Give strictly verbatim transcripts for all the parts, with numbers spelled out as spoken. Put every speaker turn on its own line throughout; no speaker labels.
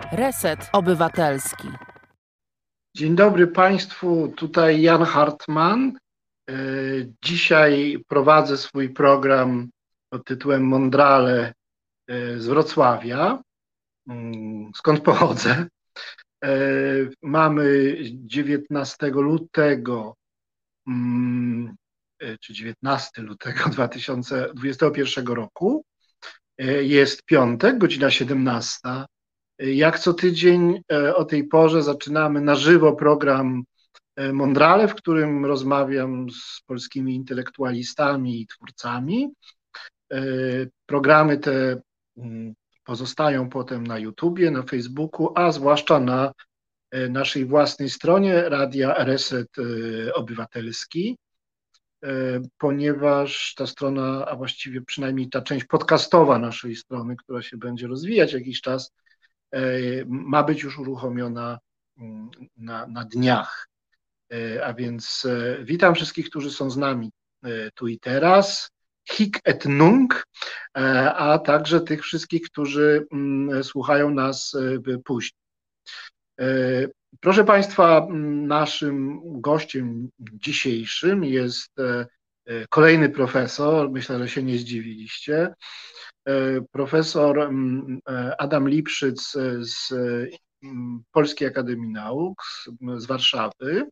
Reset Obywatelski.
Dzień dobry Państwu, tutaj Jan Hartman. Dzisiaj prowadzę swój program pod tytułem Mondrale z Wrocławia, skąd pochodzę. Mamy dziewiętnastego lutego, czy dziewiętnastego lutego dwa tysiące dwudziestego pierwszego roku. Jest piątek, godzina siedemnasta. Jak co tydzień o tej porze zaczynamy na żywo program Mondrale, w którym rozmawiam z polskimi intelektualistami i twórcami. Programy te pozostają potem na YouTubie, na Facebooku, a zwłaszcza na naszej własnej stronie Radia Reset Obywatelski, ponieważ ta strona, a właściwie przynajmniej ta część podcastowa naszej strony, która się będzie rozwijać jakiś czas, ma być już uruchomiona na, na dniach. A więc witam wszystkich, którzy są z nami tu i teraz, hic et nunc, a także tych wszystkich, którzy słuchają nas później. Proszę Państwa, naszym gościem dzisiejszym jest kolejny profesor, myślę, że się nie zdziwiliście, profesor Adam Lipszyc z Polskiej Akademii Nauk, z Warszawy.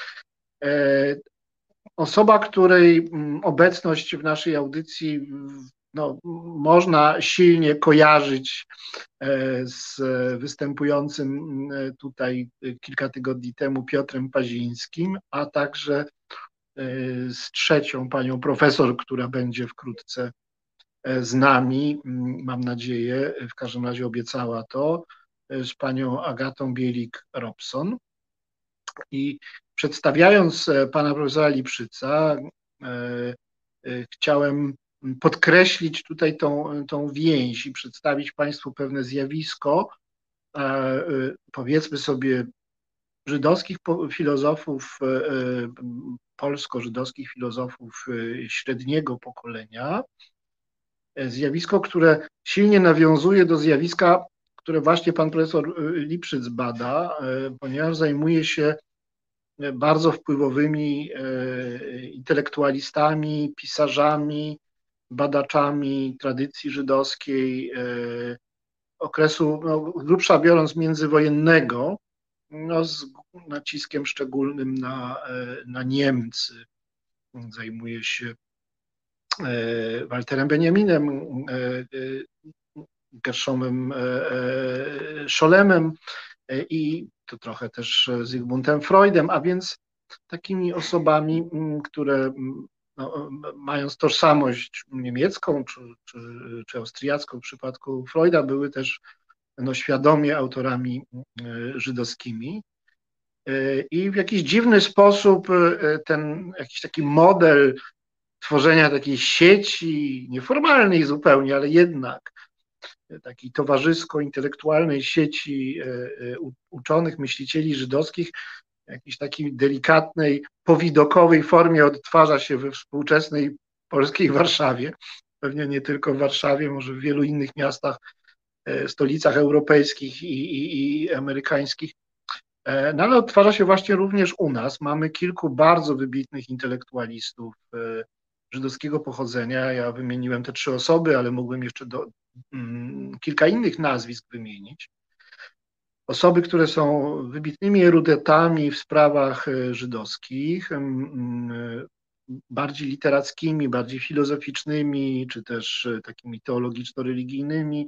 Osoba, której obecność w naszej audycji no, można silnie kojarzyć z występującym tutaj kilka tygodni temu Piotrem Pazińskim, a także z trzecią panią profesor, która będzie wkrótce z nami, mam nadzieję, w każdym razie obiecała to, z panią Agatą Bielik-Robson. I przedstawiając pana profesora Lipszyca, chciałem podkreślić tutaj tą, tą więź i przedstawić Państwu pewne zjawisko, powiedzmy sobie, żydowskich filozofów, polsko-żydowskich filozofów średniego pokolenia. Zjawisko, które silnie nawiązuje do zjawiska, które właśnie pan profesor Lipszyc bada, ponieważ zajmuje się bardzo wpływowymi intelektualistami, pisarzami, badaczami tradycji żydowskiej, okresu, no, grubsza biorąc, międzywojennego, no, z naciskiem szczególnym na, na Niemcy. Zajmuje się Walterem Benjaminem, Gershomem Scholemem i to trochę też Zygmuntem Freudem, a więc takimi osobami, które no, mając tożsamość niemiecką czy, czy, czy austriacką w przypadku Freuda, były też no, świadomie autorami żydowskimi. I w jakiś dziwny sposób ten jakiś taki model tworzenia takiej sieci, nieformalnej zupełnie, ale jednak takiej towarzysko-intelektualnej sieci uczonych, myślicieli żydowskich, w jakiejś takiej delikatnej, powidokowej formie odtwarza się we współczesnej polskiej Warszawie. Pewnie nie tylko w Warszawie, może w wielu innych miastach, stolicach europejskich i, i, i amerykańskich. No ale odtwarza się właśnie również u nas. Mamy kilku bardzo wybitnych intelektualistów żydowskiego pochodzenia. Ja wymieniłem te trzy osoby, ale mógłbym jeszcze do, mm, kilka innych nazwisk wymienić. Osoby, które są wybitnymi erudytami w sprawach żydowskich, bardziej literackimi, bardziej filozoficznymi, czy też takimi teologiczno-religijnymi.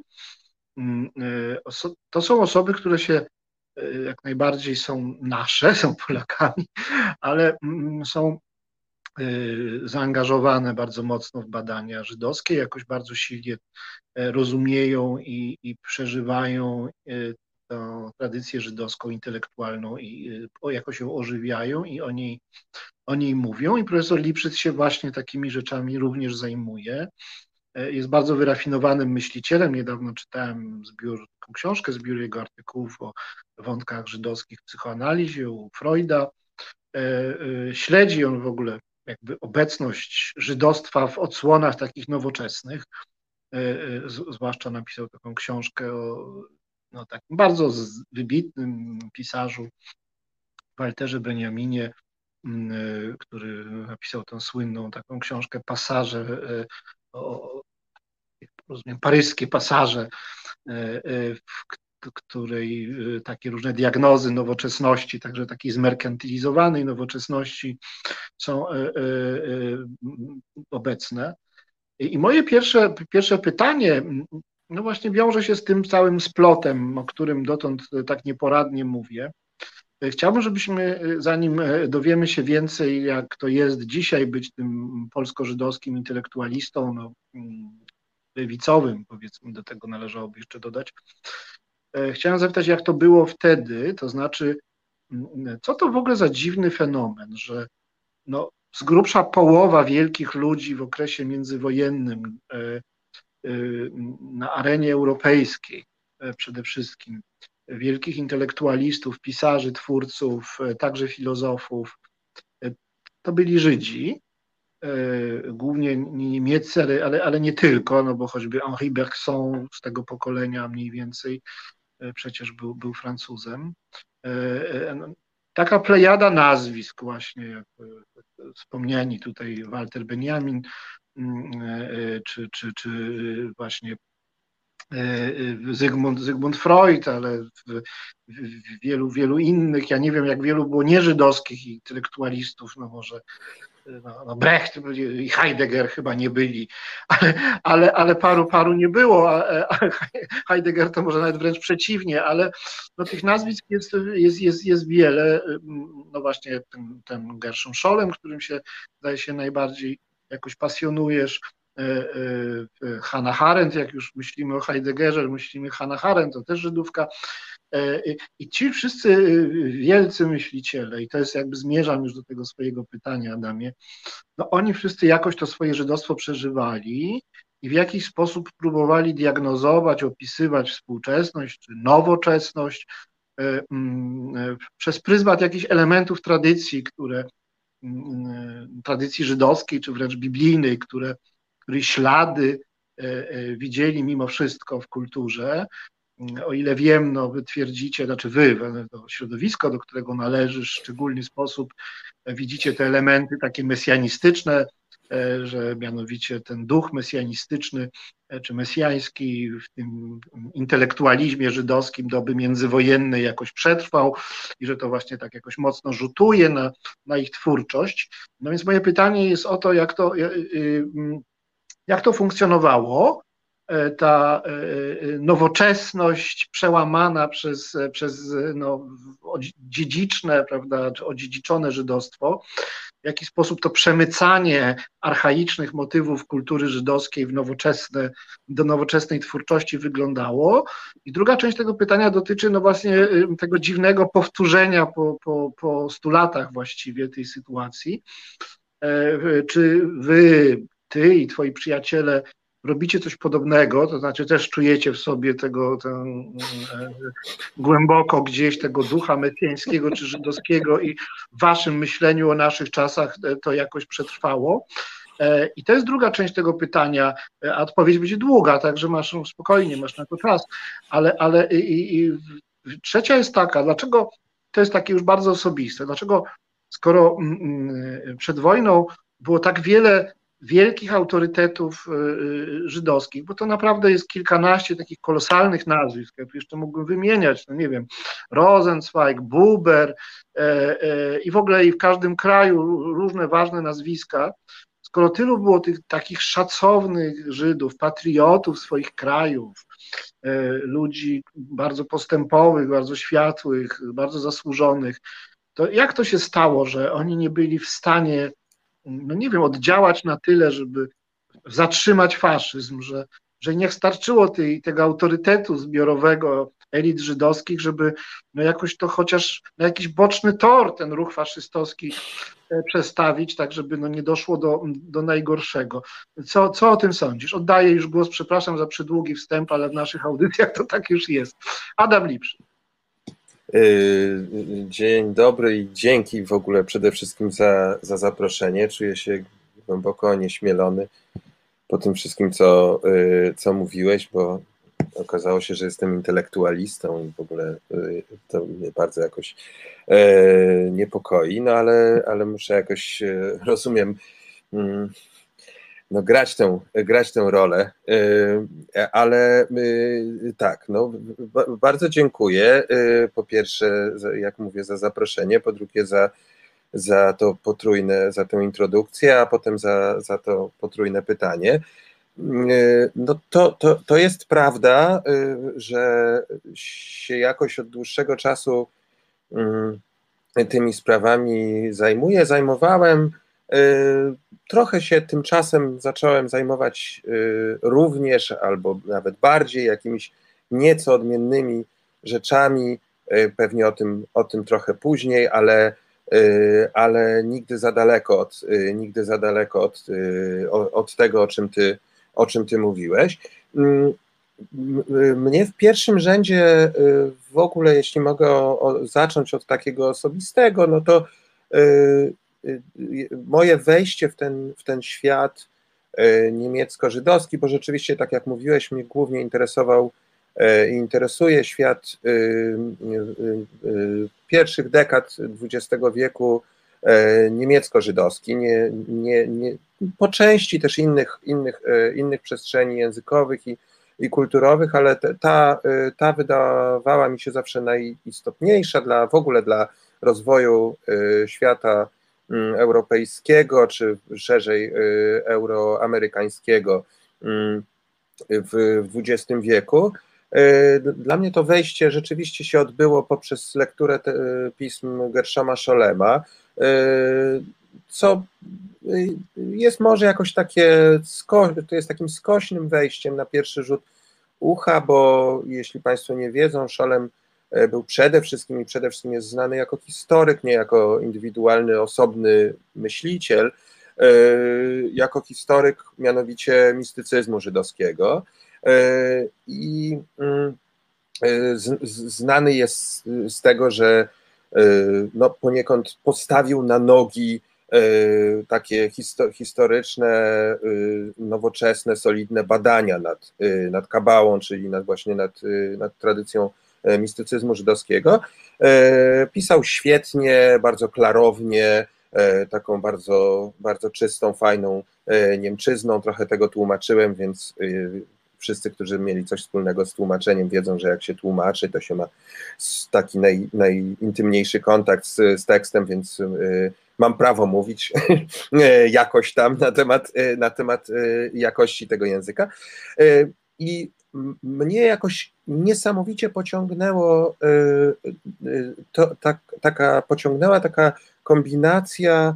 To są osoby, które się jak najbardziej są nasze, są Polakami, ale są zaangażowane bardzo mocno w badania żydowskie, jakoś bardzo silnie rozumieją i, i przeżywają tę tradycję żydowską intelektualną i jakoś ją ożywiają i o niej, o niej mówią. I profesor Lipszyc się właśnie takimi rzeczami również zajmuje. Jest bardzo wyrafinowanym myślicielem. Niedawno czytałem zbiór, taką książkę, zbiór jego artykułów o wątkach żydowskich w psychoanalizie u Freuda. Śledzi on w ogóle jakby obecność żydostwa w odsłonach takich nowoczesnych. Zwłaszcza napisał taką książkę o no, takim bardzo wybitnym pisarzu, Walterze Benjaminie, który napisał tę słynną taką książkę Pasaże, o, rozumiem, paryskie pasaże, w której takie różne diagnozy nowoczesności, także takiej zmerkantylizowanej nowoczesności są obecne. I moje pierwsze, pierwsze pytanie, no właśnie wiąże się z tym całym splotem, o którym dotąd tak nieporadnie mówię. Chciałbym, żebyśmy, zanim dowiemy się więcej, jak to jest dzisiaj być tym polsko-żydowskim intelektualistą, no, lewicowym, powiedzmy, do tego należałoby jeszcze dodać, chciałem zapytać, jak to było wtedy, to znaczy, co to w ogóle za dziwny fenomen, że no, z grubsza połowa wielkich ludzi w okresie międzywojennym na arenie europejskiej przede wszystkim, wielkich intelektualistów, pisarzy, twórców, także filozofów, to byli Żydzi, głównie niemieccy, ale, ale nie tylko, no bo choćby Henri Bergson z tego pokolenia mniej więcej przecież był, był Francuzem. Taka plejada nazwisk właśnie, jak wspomniani tutaj Walter Benjamin, czy, czy, czy właśnie Zygmunt, Zygmunt Freud, ale w, w wielu, wielu innych, ja nie wiem, jak wielu było nieżydowskich intelektualistów, no może no, no Brecht i Heidegger chyba nie byli, ale, ale, ale paru, paru nie było, a, a Heidegger to może nawet wręcz przeciwnie, ale no, tych nazwisk jest, jest, jest, jest wiele, no właśnie ten, ten Gershom Scholem, którym się, zdaje się, najbardziej jakoś pasjonujesz, Hannah Arendt, jak już myślimy o Heideggerze, myślimy Hannah Arendt, to też Żydówka. I ci wszyscy wielcy myśliciele, i to jest jakby zmierzam już do tego swojego pytania, Adamie, no oni wszyscy jakoś to swoje żydostwo przeżywali i w jakiś sposób próbowali diagnozować, opisywać współczesność czy nowoczesność przez pryzmat jakichś elementów tradycji, które tradycji żydowskiej czy wręcz biblijnej, które której ślady widzieli mimo wszystko w kulturze. O ile wiem, no wy twierdzicie, znaczy wy, to środowisko, do którego należysz w szczególny sposób, widzicie te elementy takie mesjanistyczne, że mianowicie ten duch mesjanistyczny czy mesjański w tym intelektualizmie żydowskim doby międzywojennej jakoś przetrwał i że to właśnie tak jakoś mocno rzutuje na, na ich twórczość. No więc moje pytanie jest o to, jak to, jak to funkcjonowało, ta nowoczesność przełamana przez, przez no, dziedziczne, prawda, czy odziedziczone żydostwo, w jaki sposób to przemycanie archaicznych motywów kultury żydowskiej w nowoczesne, do nowoczesnej twórczości wyglądało. I druga część tego pytania dotyczy no właśnie tego dziwnego powtórzenia po, po, po stu latach właściwie tej sytuacji. Czy wy, ty i twoi przyjaciele robicie coś podobnego, to znaczy też czujecie w sobie tego ten, e, głęboko gdzieś tego ducha mesjańskiego czy żydowskiego i w waszym myśleniu o naszych czasach to jakoś przetrwało. E, I to jest druga część tego pytania, a odpowiedź będzie długa, także masz no, spokojnie, masz na to czas, ale, ale i, i trzecia jest taka, dlaczego to jest takie już bardzo osobiste, dlaczego skoro mm, przed wojną było tak wiele wielkich autorytetów żydowskich, bo to naprawdę jest kilkanaście takich kolosalnych nazwisk, ja tu jeszcze mógłbym wymieniać, no nie wiem, Rosenzweig, Buber e, e, i w ogóle i w każdym kraju różne ważne nazwiska, skoro tylu było tych takich szacownych Żydów, patriotów swoich krajów, e, ludzi bardzo postępowych, bardzo światłych, bardzo zasłużonych, to jak to się stało, że oni nie byli w stanie no nie wiem, oddziałać na tyle, żeby zatrzymać faszyzm, że, że nie starczyło tej, tego autorytetu zbiorowego elit żydowskich, żeby no jakoś to chociaż na jakiś boczny tor ten ruch faszystowski przestawić, tak żeby no nie doszło do, do najgorszego. Co, co o tym sądzisz? Oddaję już głos, przepraszam za przydługi wstęp, ale w naszych audycjach to tak już jest. Adam Lipszy.
Dzień dobry i dzięki w ogóle przede wszystkim za, za zaproszenie. Czuję się głęboko onieśmielony po tym wszystkim, co, co mówiłeś, bo okazało się, że jestem intelektualistą i w ogóle to mnie bardzo jakoś niepokoi, no ale, ale muszę jakoś, rozumiem, no grać tę, grać tę rolę, ale tak, no bardzo dziękuję, po pierwsze, jak mówię, za zaproszenie, po drugie za, za to potrójne, za tę introdukcję, a potem za, za to potrójne pytanie. No to, to, to jest prawda, że się jakoś od dłuższego czasu tymi sprawami zajmuję, zajmowałem. Trochę się tymczasem zacząłem zajmować również, albo nawet bardziej jakimiś nieco odmiennymi rzeczami, pewnie o tym, o tym trochę później, ale, ale nigdy za daleko od, nigdy za daleko od, od tego, o czym ty, o czym ty mówiłeś. Mnie w pierwszym rzędzie w ogóle, jeśli mogę o, o, zacząć od takiego osobistego, no to moje wejście w ten, w ten świat niemiecko-żydowski, bo rzeczywiście, tak jak mówiłeś, mnie głównie interesował i interesuje świat pierwszych dekad dwudziestego wieku niemiecko-żydowski, nie, nie, nie, po części też innych, innych, innych przestrzeni językowych i, i kulturowych, ale te, ta, ta wydawała mi się zawsze najistotniejsza dla, w ogóle dla rozwoju świata europejskiego, czy szerzej euroamerykańskiego w dwudziestym wieku. Dla mnie to wejście rzeczywiście się odbyło poprzez lekturę pism Gershoma Scholema, co jest może jakoś takie, to jest takim skośnym wejściem na pierwszy rzut ucha, bo jeśli Państwo nie wiedzą, Scholem był przede wszystkim i przede wszystkim jest znany jako historyk, nie jako indywidualny, osobny myśliciel, jako historyk mianowicie mistycyzmu żydowskiego i znany jest z tego, że no poniekąd postawił na nogi takie historyczne, nowoczesne, solidne badania nad, nad Kabałą, czyli nad właśnie nad, nad tradycją mistycyzmu żydowskiego. Pisał świetnie, bardzo klarownie, taką bardzo, bardzo czystą, fajną niemczyzną. Trochę tego tłumaczyłem, więc wszyscy, którzy mieli coś wspólnego z tłumaczeniem, wiedzą, że jak się tłumaczy, to się ma taki naj, najintymniejszy kontakt z, z tekstem, więc mam prawo mówić jakoś tam na temat, na temat jakości tego języka. I mnie jakoś niesamowicie pociągnęło, to, tak, taka, pociągnęła taka kombinacja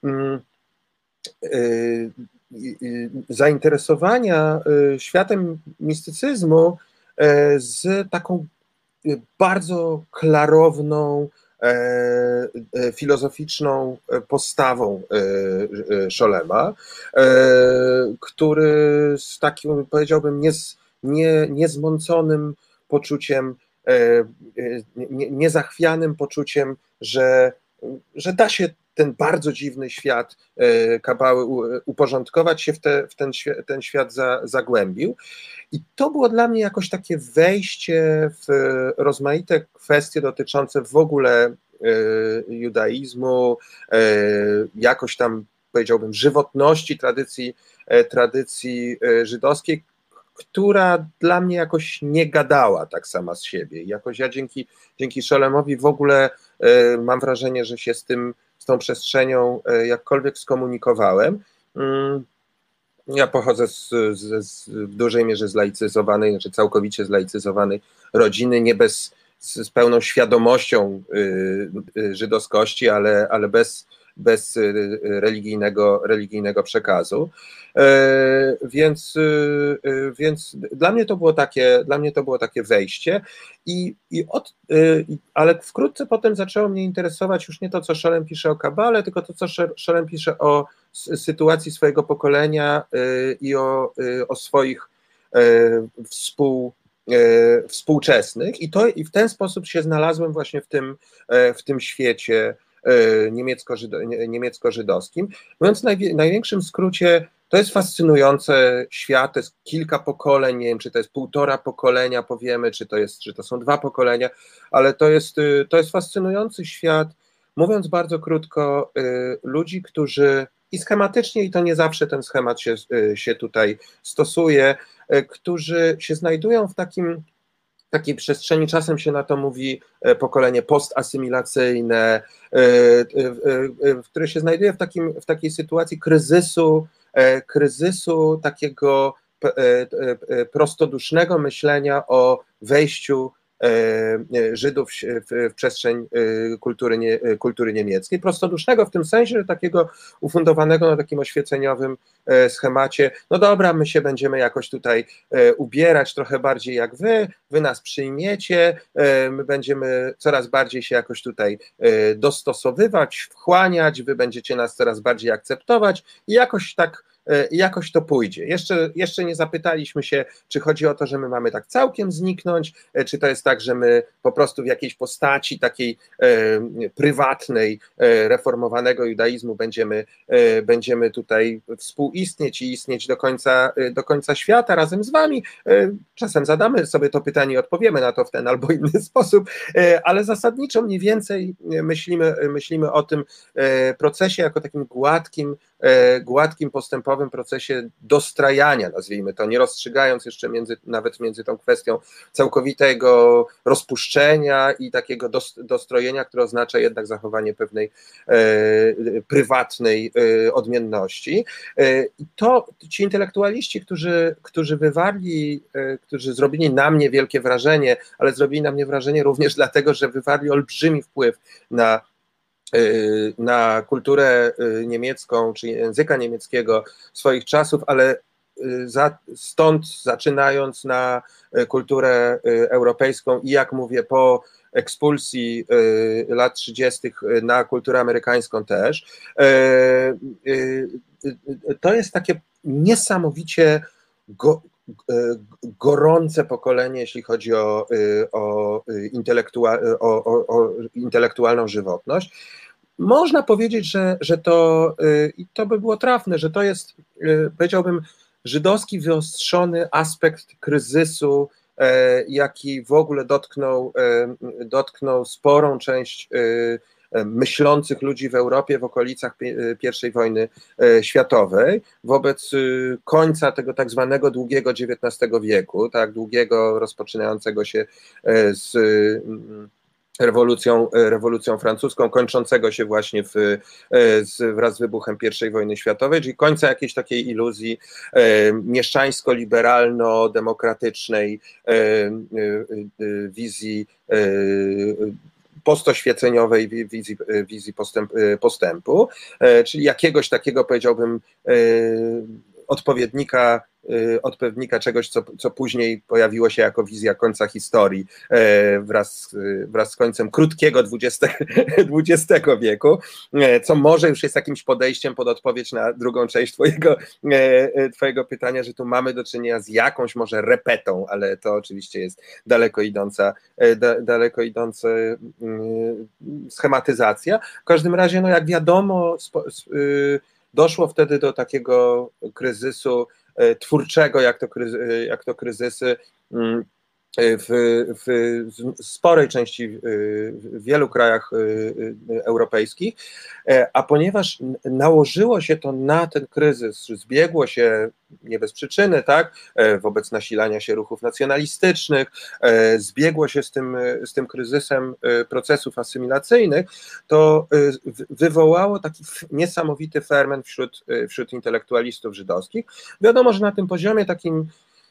zainteresowania światem mistycyzmu z taką bardzo klarowną, filozoficzną postawą Scholema, który z takim, powiedziałbym, niez, nie, niezmąconym poczuciem, nie, niezachwianym poczuciem, że, że da się ten bardzo dziwny świat Kabały uporządkować, się w, te, w ten, ten świat za, zagłębił. I to było dla mnie jakoś takie wejście w rozmaite kwestie dotyczące w ogóle judaizmu, jakoś tam, powiedziałbym, żywotności tradycji, tradycji żydowskiej, która dla mnie jakoś nie gadała tak sama z siebie. Jakoś ja dzięki, dzięki Scholemowi w ogóle mam wrażenie, że się z tym, z tą przestrzenią jakkolwiek skomunikowałem. Ja pochodzę z, z, z w dużej mierze zlaicyzowanej, znaczy całkowicie zlaicyzowanej rodziny, nie bez, z, z pełną świadomością y, y, żydowskości, ale, ale bez, bez y, religijnego, religijnego przekazu. Y, więc, y, więc dla mnie to było takie, dla mnie to było takie wejście. I, i od, y, ale wkrótce potem zaczęło mnie interesować już nie to, co Scholem pisze o Kabale, tylko to, co Scholem pisze o sytuacji swojego pokolenia i o, o swoich współ, współczesnych. I, to, i w ten sposób się znalazłem właśnie w tym, w tym świecie niemiecko-żydowskim. Mówiąc w największym skrócie, To jest fascynujące świat, to jest kilka pokoleń, nie wiem, czy to jest półtora pokolenia, powiemy, czy to jest, czy to są dwa pokolenia, ale to jest, to jest fascynujący świat, mówiąc bardzo krótko, ludzi, którzy i schematycznie, i to nie zawsze ten schemat się, się tutaj stosuje, którzy się znajdują w takim w takiej przestrzeni, czasem się na to mówi pokolenie postasymilacyjne, które się znajduje w, takim, w takiej sytuacji kryzysu, kryzysu takiego prostodusznego myślenia o wejściu Żydów w przestrzeń kultury, nie, kultury niemieckiej. Prostodusznego w tym sensie, że takiego ufundowanego na takim oświeceniowym schemacie, no dobra, my się będziemy jakoś tutaj ubierać trochę bardziej jak wy, wy nas przyjmiecie, my będziemy coraz bardziej się jakoś tutaj dostosowywać, wchłaniać, wy będziecie nas coraz bardziej akceptować i jakoś tak jakoś to pójdzie. Jeszcze, jeszcze nie zapytaliśmy się, czy chodzi o to, że my mamy tak całkiem zniknąć, czy to jest tak, że my po prostu w jakiejś postaci takiej e, prywatnej, e, reformowanego judaizmu będziemy, e, będziemy tutaj współistnieć i istnieć do końca, e, do końca świata razem z wami. E, czasem zadamy sobie to pytanie i odpowiemy na to w ten albo inny sposób, e, ale zasadniczo mniej więcej myślimy, myślimy o tym e, procesie jako takim gładkim, gładkim, postępowym procesie dostrajania, nazwijmy to, nie rozstrzygając jeszcze między, nawet między tą kwestią całkowitego rozpuszczenia i takiego dostrojenia, które oznacza jednak zachowanie pewnej e, prywatnej e, odmienności. E, I to ci intelektualiści, którzy, którzy wywarli, e, którzy zrobili na mnie wielkie wrażenie, ale zrobili na mnie wrażenie również dlatego, że wywarli olbrzymi wpływ na na kulturę niemiecką, czy języka niemieckiego swoich czasów, ale za, stąd zaczynając na kulturę europejską i jak mówię, po ekspulsji lat trzydziestych na kulturę amerykańską też, to jest takie niesamowicie go, gorące pokolenie, jeśli chodzi o, o, intelektua, o, o, o intelektualną żywotność. Można powiedzieć, że, że to, i to by było trafne, że to jest, powiedziałbym, żydowski wyostrzony aspekt kryzysu, jaki w ogóle dotknął, dotknął sporą część myślących ludzi w Europie w okolicach pierwszej wojny światowej, wobec końca tego tak zwanego długiego dziewiętnastego wieku, tak długiego, rozpoczynającego się z rewolucją, rewolucją francuską, kończącego się właśnie w, z, wraz z wybuchem pierwszej wojny światowej, czyli końca jakiejś takiej iluzji e, mieszczańsko-liberalno-demokratycznej e, e, wizji e, postoświeceniowej wizji, wizji postęp, postępu, czyli jakiegoś takiego, powiedziałbym, odpowiednika, odpowiednika czegoś, co, co później pojawiło się jako wizja końca historii wraz, wraz z końcem krótkiego dwudziestego wieku, co może już jest jakimś podejściem pod odpowiedź na drugą część twojego, twojego pytania, że tu mamy do czynienia z jakąś może repetą, ale to oczywiście jest daleko idąca, da, daleko idąca schematyzacja. W każdym razie, no jak wiadomo, spo, doszło wtedy do takiego kryzysu twórczego, jak to, jak to kryzysy w, w sporej części w wielu krajach europejskich, a ponieważ nałożyło się to na ten kryzys, zbiegło się nie bez przyczyny, tak, wobec nasilania się ruchów nacjonalistycznych, zbiegło się z tym, z tym kryzysem procesów asymilacyjnych, to wywołało taki niesamowity ferment wśród, wśród intelektualistów żydowskich. Wiadomo, że na tym poziomie takim,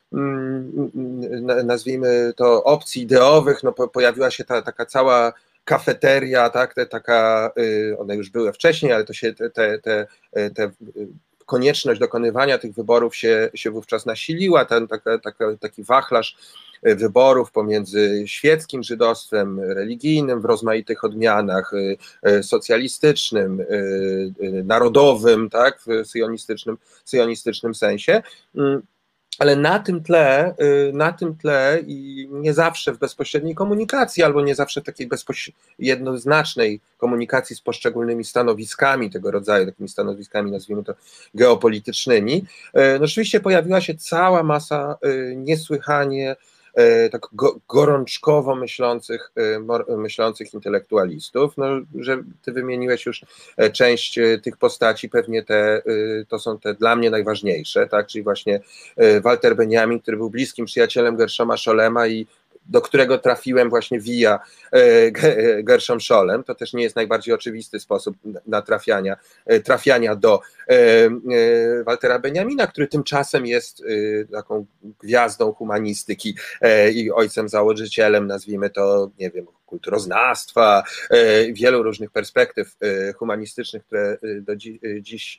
nazwijmy to, opcji ideowych, no pojawiła się ta taka cała kafeteria, tak, te, taka, one już były wcześniej, ale to się te, te, te, te konieczność dokonywania tych wyborów się, się wówczas nasiliła, ten taka, taka, taki wachlarz wyborów pomiędzy świeckim żydostwem, religijnym w rozmaitych odmianach, socjalistycznym, narodowym, tak, w syjonistycznym, syjonistycznym sensie. ale na tym tle, na tym tle i nie zawsze w bezpośredniej komunikacji, albo nie zawsze w takiej jednoznacznej komunikacji z poszczególnymi stanowiskami tego rodzaju, takimi stanowiskami, nazwijmy to geopolitycznymi, no oczywiście pojawiła się cała masa niesłychanie tak gorączkowo myślących, myślących intelektualistów, no, że ty wymieniłeś już część tych postaci, pewnie te, to są te dla mnie najważniejsze, tak, czyli właśnie Walter Benjamin, który był bliskim przyjacielem Gershoma Scholema i do którego trafiłem właśnie via Gershom Scholem. To też nie jest najbardziej oczywisty sposób na trafiania, trafiania do Waltera Benjamina, który tymczasem jest taką gwiazdą humanistyki i ojcem założycielem, nazwijmy to, nie wiem, kulturoznawstwa, wielu różnych perspektyw humanistycznych, które do dziś, dziś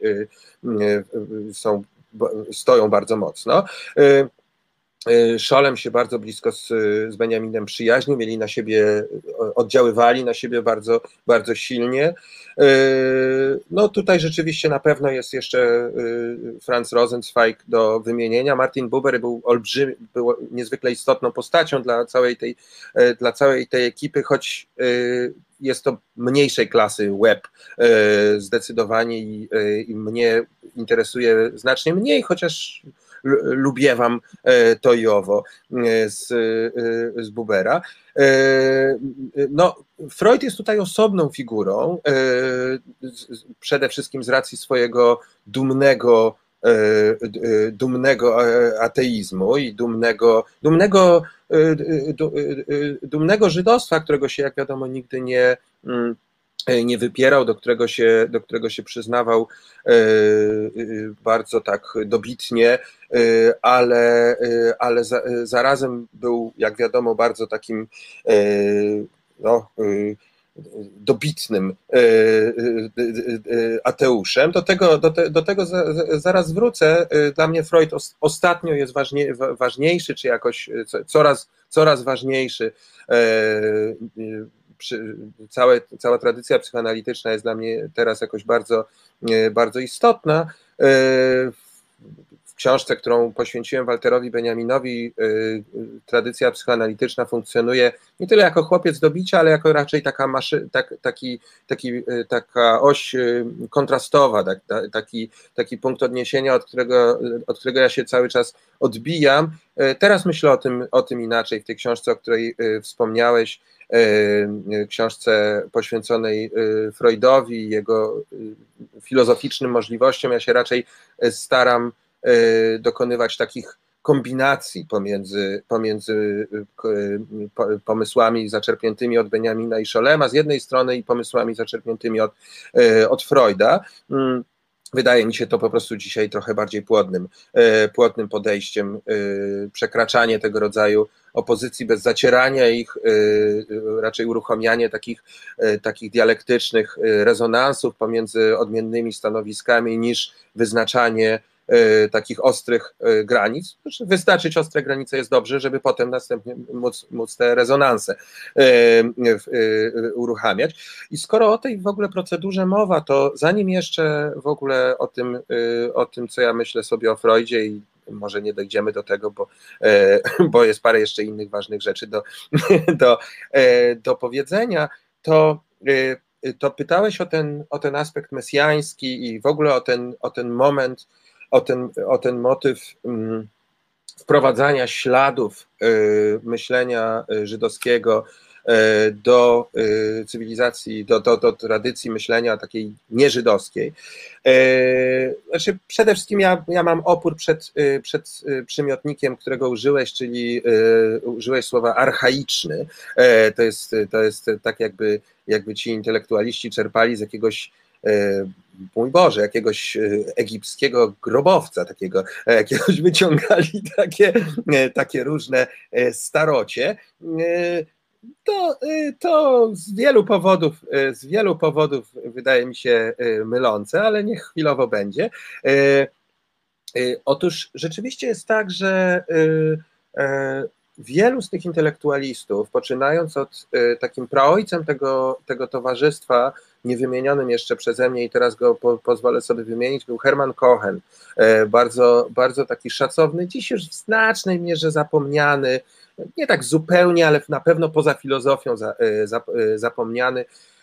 są, stoją bardzo mocno. Scholem się bardzo blisko z, z Benjaminem przyjaźnił, mieli na siebie, oddziaływali na siebie bardzo, bardzo silnie. No tutaj rzeczywiście na pewno jest jeszcze Franz Rosenzweig do wymienienia. Martin Buber był olbrzymi, był niezwykle istotną postacią dla całej tej, dla całej tej ekipy, choć jest to mniejszej klasy web zdecydowanie i, i mnie interesuje znacznie mniej, chociaż lubię wam to i owo z, z Bubera. No, Freud jest tutaj osobną figurą, przede wszystkim z racji swojego dumnego, dumnego ateizmu i dumnego, dumnego, dumnego żydostwa, którego się, jak wiadomo, nigdy nie nie wypierał, do którego się, do którego się przyznawał bardzo tak dobitnie, ale, ale za, zarazem był, jak wiadomo, bardzo takim no, dobitnym ateuszem. Do tego, do te, do tego zaraz wrócę. Dla mnie Freud ostatnio jest ważnie, ważniejszy, czy jakoś coraz, coraz ważniejszy. Całe, cała tradycja psychoanalityczna jest dla mnie teraz jakoś bardzo, bardzo istotna. W książce, którą poświęciłem Walterowi Benjaminowi, tradycja psychoanalityczna funkcjonuje nie tyle jako chłopiec do bicia, ale jako raczej taka, maszy, tak, taki, taki, taka oś kontrastowa, tak, taki, taki punkt odniesienia, od którego, od którego ja się cały czas odbijam. Teraz myślę o tym, o tym inaczej w tej książce, o której wspomniałeś, książce poświęconej Freudowi i jego filozoficznym możliwościom. Ja się raczej staram dokonywać takich kombinacji pomiędzy, pomiędzy pomysłami zaczerpniętymi od Benjamina i Scholema z jednej strony i pomysłami zaczerpniętymi od, od Freuda. Wydaje mi się to po prostu dzisiaj trochę bardziej płodnym, płodnym podejściem, przekraczanie tego rodzaju opozycji bez zacierania ich, raczej uruchamianie takich, takich dialektycznych rezonansów pomiędzy odmiennymi stanowiskami niż wyznaczanie takich ostrych granic. Wystarczyć ostre granice jest dobrze, żeby potem następnie móc, móc te rezonanse uruchamiać. I skoro o tej w ogóle procedurze mowa, to zanim jeszcze w ogóle o tym, o tym co ja myślę sobie o Freudzie i może nie dojdziemy do tego, bo, bo jest parę jeszcze innych ważnych rzeczy do, do, do powiedzenia, to, to pytałeś o ten, o ten aspekt mesjański i w ogóle o ten, o ten moment, o ten, o ten motyw um, wprowadzania śladów y, myślenia żydowskiego y, do y, cywilizacji, do, do, do tradycji myślenia takiej nieżydowskiej. Y, znaczy przede wszystkim ja, ja mam opór przed, y, przed przymiotnikiem, którego użyłeś, czyli y, użyłeś słowa archaiczny. Y, to jest, to jest tak jakby, jakby ci intelektualiści czerpali z jakiegoś mój Boże, jakiegoś egipskiego grobowca, takiego, jakiegoś wyciągali takie, takie różne starocie. To, to z wielu powodów, z wielu powodów wydaje mi się mylące, ale niech chwilowo będzie. Otóż rzeczywiście jest tak, że wielu z tych intelektualistów, poczynając od takim praojcem tego, tego towarzystwa, niewymienionym jeszcze przeze mnie i teraz go po, pozwolę sobie wymienić, był Hermann Cohen, bardzo, bardzo taki szacowny, dziś już w znacznej mierze zapomniany, nie tak zupełnie, ale na pewno poza filozofią za, za, zapomniany.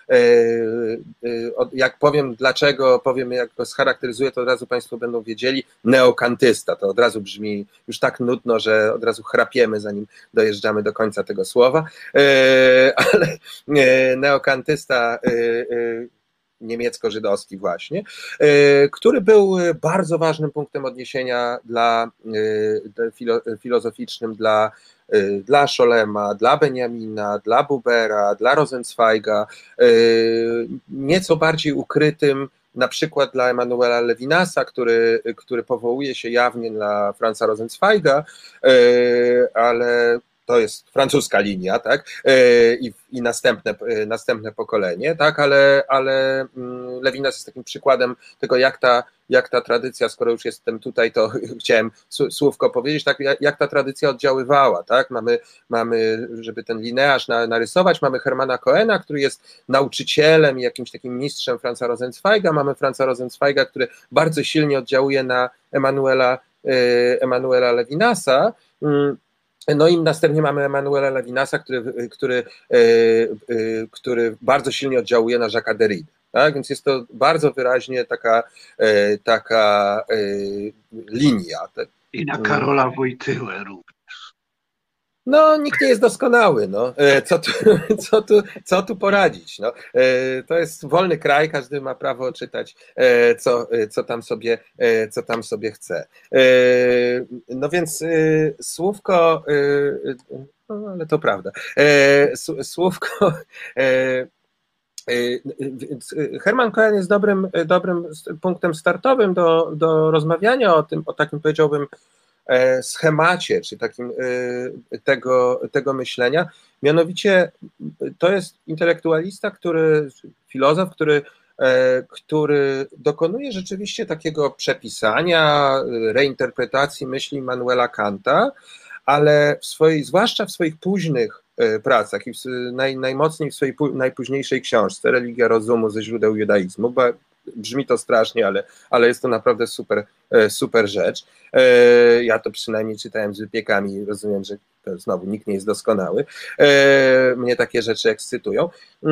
Jak powiem dlaczego, powiem jak go scharakteryzuję, to od razu Państwo będą wiedzieli, neokantysta, to od razu brzmi już tak nudno, że od razu chrapiemy, zanim dojeżdżamy do końca tego słowa, ale neokantysta niemiecko-żydowski właśnie, który był bardzo ważnym punktem odniesienia dla filozoficznym dla dla Scholema, dla Benjamina, dla Bubera, dla Rosenzweiga, nieco bardziej ukrytym na przykład dla Emanuela Levinasa, który, który powołuje się jawnie na Franza Rosenzweiga, ale to jest francuska linia, tak, i, i następne, następne pokolenie, tak, ale, ale Levinas jest takim przykładem tego, jak ta, jak ta tradycja, skoro już jestem tutaj, to chciałem słówko powiedzieć, tak, jak ta tradycja oddziaływała, tak, mamy, mamy żeby ten linearz narysować, mamy Hermana Cohena, który jest nauczycielem i jakimś takim mistrzem Franza Rosenzweiga, mamy Franza Rosenzweiga, który bardzo silnie oddziałuje na Emanuela, Emanuela Levinasa. No i następnie mamy Emanuela Levinasa, który, który, który bardzo silnie oddziałuje na Jacques'a Derrida. Tak? Więc jest to bardzo wyraźnie taka, taka linia.
I na Karola Wojtyłę również.
No, nikt nie jest doskonały, no. Co tu, co tu, co tu poradzić? No. To jest wolny kraj, każdy ma prawo czytać, co, co, tam sobie, co tam sobie chce. No więc słówko, no ale to prawda, słówko, Hermann Cohen jest dobrym, dobrym punktem startowym do, do rozmawiania o tym, o takim, powiedziałbym, schemacie, czy takim tego, tego myślenia. Mianowicie to jest intelektualista, który, filozof, który, który dokonuje rzeczywiście takiego przepisania, reinterpretacji myśli Immanuela Kanta, ale w swojej, zwłaszcza w swoich późnych pracach i w, naj, najmocniej w swojej najpóźniejszej książce Religia rozumu ze źródeł judaizmu, bo brzmi to strasznie, ale, ale jest to naprawdę super, super rzecz. Ja to przynajmniej czytałem z wypiekami, rozumiem, że to znowu nikt nie jest doskonały. Mnie takie rzeczy ekscytują.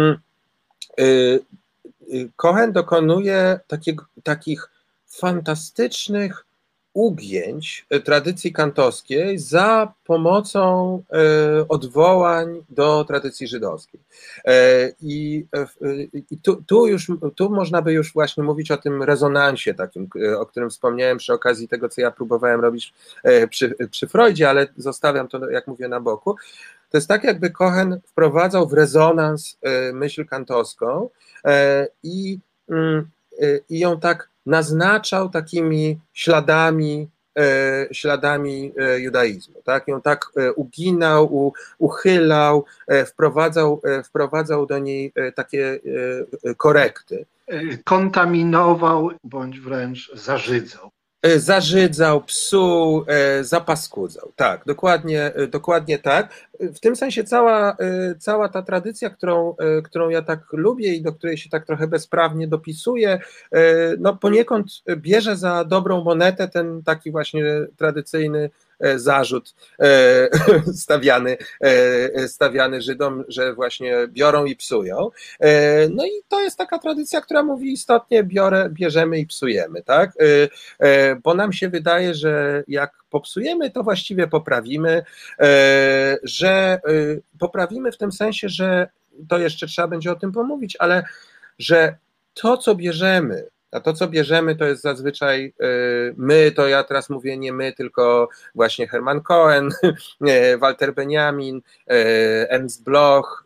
Cohen dokonuje takiego, takich fantastycznych ugięć tradycji kantowskiej za pomocą odwołań do tradycji żydowskiej. I, i tu, tu już tu można by już właśnie mówić o tym rezonansie takim, o którym wspomniałem przy okazji tego, co ja próbowałem robić przy, przy Freudzie, ale zostawiam to, jak mówię, na boku. To jest tak, jakby Cohen wprowadzał w rezonans myśl kantowską i, i ją tak naznaczał takimi śladami, e, śladami e, judaizmu, tak? Ją tak e, uginał, u, uchylał, e, wprowadzał, e, wprowadzał do niej e, takie e, korekty.
Kontaminował bądź wręcz zarzydzał.
Zarzydzał, psuł, zapaskudzał. Tak, dokładnie, dokładnie tak. W tym sensie cała, cała ta tradycja, którą, którą ja tak lubię i do której się tak trochę bezprawnie dopisuję, no poniekąd bierze za dobrą monetę ten taki właśnie tradycyjny zarzut stawiany, stawiany Żydom, że właśnie biorą i psują. No i to jest taka tradycja, która mówi istotnie biorę, bierzemy i psujemy, tak? Bo nam się wydaje, że jak popsujemy, to właściwie poprawimy, że poprawimy w tym sensie, że to jeszcze trzeba będzie o tym pomówić, ale że to, co bierzemy, a to, co bierzemy, to jest zazwyczaj my, to ja teraz mówię nie my, tylko właśnie Hermann Cohen, Walter Benjamin, Ernst Bloch,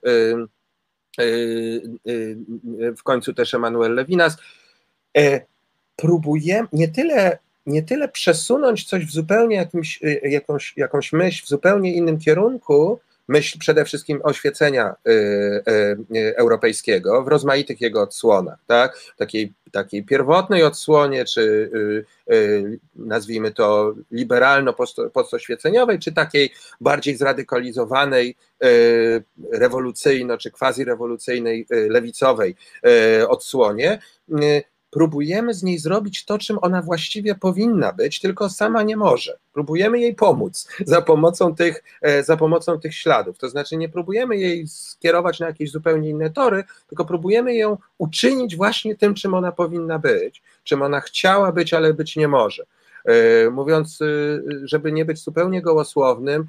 w końcu też Emanuel Levinas. Próbujemy nie tyle, nie tyle przesunąć coś w zupełnie jakimś, jakąś, jakąś myśl w zupełnie innym kierunku, myśl przede wszystkim oświecenia y, y, y, europejskiego w rozmaitych jego odsłonach, tak? Takiej takiej pierwotnej odsłonie, czy nazwijmy to liberalno-postoświeceniowej, czy takiej bardziej zradykalizowanej, rewolucyjno, czy quasi-rewolucyjnej, lewicowej odsłonie, próbujemy z niej zrobić to, czym ona właściwie powinna być, tylko sama nie może. Próbujemy jej pomóc za pomocą tych, za pomocą tych śladów. To znaczy nie próbujemy jej skierować na jakieś zupełnie inne tory, tylko próbujemy ją uczynić właśnie tym, czym ona powinna być, czym ona chciała być, ale być nie może. Mówiąc, żeby nie być zupełnie gołosłownym,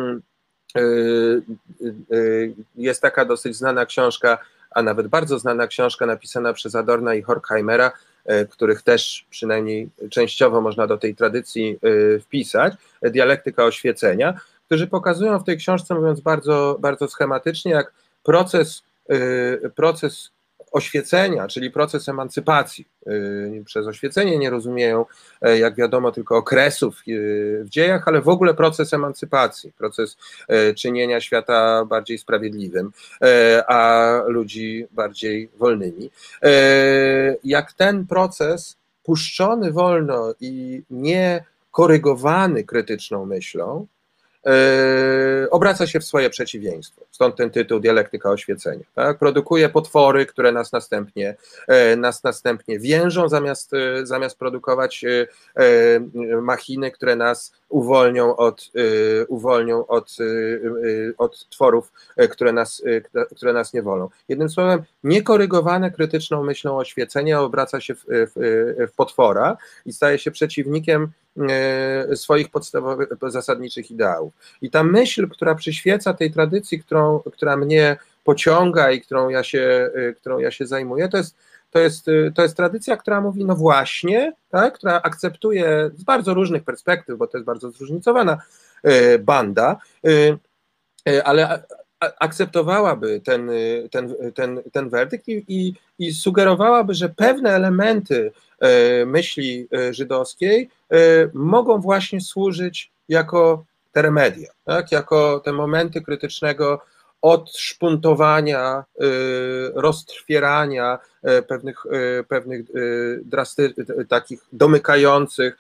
jest taka dosyć znana książka, a nawet bardzo znana książka napisana przez Adorna i Horkheimera, których też przynajmniej częściowo można do tej tradycji wpisać, Dialektyka oświecenia, którzy pokazują w tej książce, mówiąc bardzo, bardzo schematycznie, jak proces, proces oświecenia, czyli proces emancypacji. Przez oświecenie nie rozumieją, jak wiadomo, tylko okresów w dziejach, ale w ogóle proces emancypacji, proces czynienia świata bardziej sprawiedliwym, a ludzi bardziej wolnymi. Jak ten proces puszczony wolno i nie korygowany krytyczną myślą, obraca się w swoje przeciwieństwo. Stąd ten tytuł Dialektyka oświecenia. Tak? Produkuje potwory, które nas następnie, nas następnie więżą, zamiast, zamiast produkować machiny, które nas uwolnią od, uwolnią od, od tworów, które nas, które nas nie wolą. Jednym słowem, niekorygowane krytyczną myślą oświecenie obraca się w, w, w potwora i staje się przeciwnikiem swoich podstawowych, zasadniczych ideałów. I ta myśl, która przyświeca tej tradycji, którą, która mnie pociąga i którą ja się, którą ja się zajmuję, to jest, to jest, to jest tradycja, która mówi, no właśnie, tak, która akceptuje z bardzo różnych perspektyw, bo to jest bardzo zróżnicowana banda, ale akceptowałaby ten, ten, ten, ten werdykt i, i, i sugerowałaby, że pewne elementy myśli żydowskiej mogą właśnie służyć jako te remedia, tak? Jako te momenty krytycznego odszpuntowania, roztrwierania pewnych, pewnych drasty, takich domykających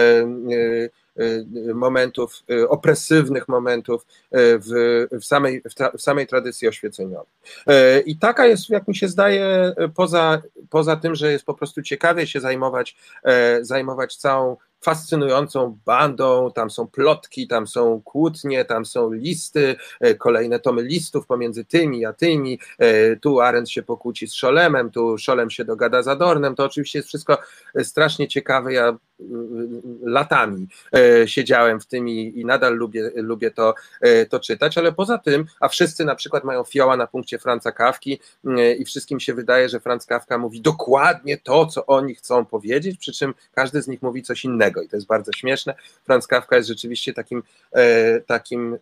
momentów, opresywnych momentów w, w, samej, w, tra, w samej tradycji oświeceniowej. I taka jest, jak mi się zdaje, poza, poza tym, że jest po prostu ciekawie się zajmować, zajmować całą fascynującą bandą, tam są plotki, tam są kłótnie, tam są listy, kolejne tomy listów pomiędzy tymi a tymi, tu Arendt się pokłóci z Scholemem, tu Scholem się dogada z Adornem, to oczywiście jest wszystko strasznie ciekawe, ja latami siedziałem w tym i, i nadal lubię, lubię to, to czytać, ale poza tym, a wszyscy na przykład mają fioła na punkcie Franza Kafki i wszystkim się wydaje, że Franz Kafka mówi dokładnie to, co oni chcą powiedzieć, przy czym każdy z nich mówi coś innego i to jest bardzo śmieszne. Franz Kafka jest rzeczywiście takim, takim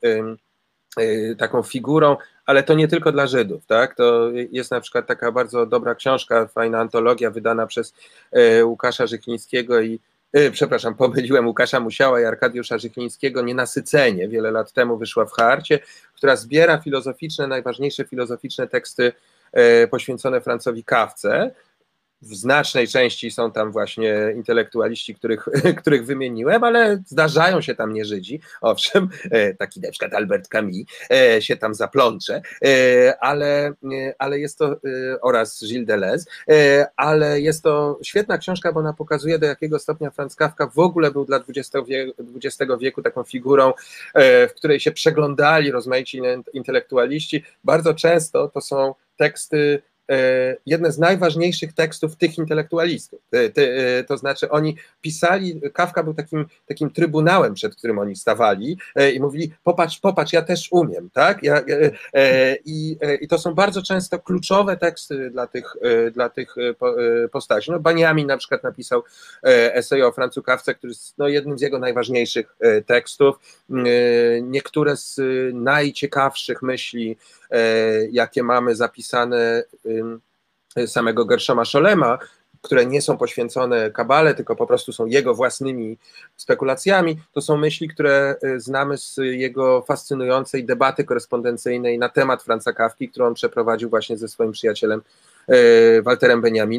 taką figurą, ale to nie tylko dla Żydów, tak? To jest na przykład taka bardzo dobra książka, fajna antologia wydana przez Łukasza Żychlińskiego i przepraszam, pomyliłem Łukasza Musiała i Arkadiusza Żychlińskiego, Nienasycenie, wiele lat temu wyszła w Harcie, która zbiera filozoficzne, najważniejsze filozoficzne teksty poświęcone Franzowi Kafce. W znacznej części są tam właśnie intelektualiści, których, których wymieniłem, ale zdarzają się tam nie Żydzi, owszem, taki na przykład Albert Camus się tam zaplącze, ale, ale jest to, oraz Gilles Deleuze, ale jest to świetna książka, bo ona pokazuje, do jakiego stopnia Franz Kafka w ogóle był dla dwudziestego wieku taką figurą, w której się przeglądali rozmaici intelektualiści. Bardzo często to są teksty, jedne z najważniejszych tekstów tych intelektualistów. To znaczy oni pisali, Kafka był takim, takim trybunałem, przed którym oni stawali i mówili, popatrz, popatrz, ja też umiem, tak? Ja, i, I to są bardzo często kluczowe teksty dla tych, dla tych postaci. No, Baniamin na przykład napisał esej o Franzu Kafce, który jest no, jednym z jego najważniejszych tekstów. Niektóre z najciekawszych myśli, jakie mamy zapisane samego Gershoma Scholema, które nie są poświęcone Kabale, tylko po prostu są jego własnymi spekulacjami, to są myśli, które znamy z jego fascynującej debaty korespondencyjnej na temat Franza Kafki, którą on przeprowadził właśnie ze swoim przyjacielem Walterem Benjaminem.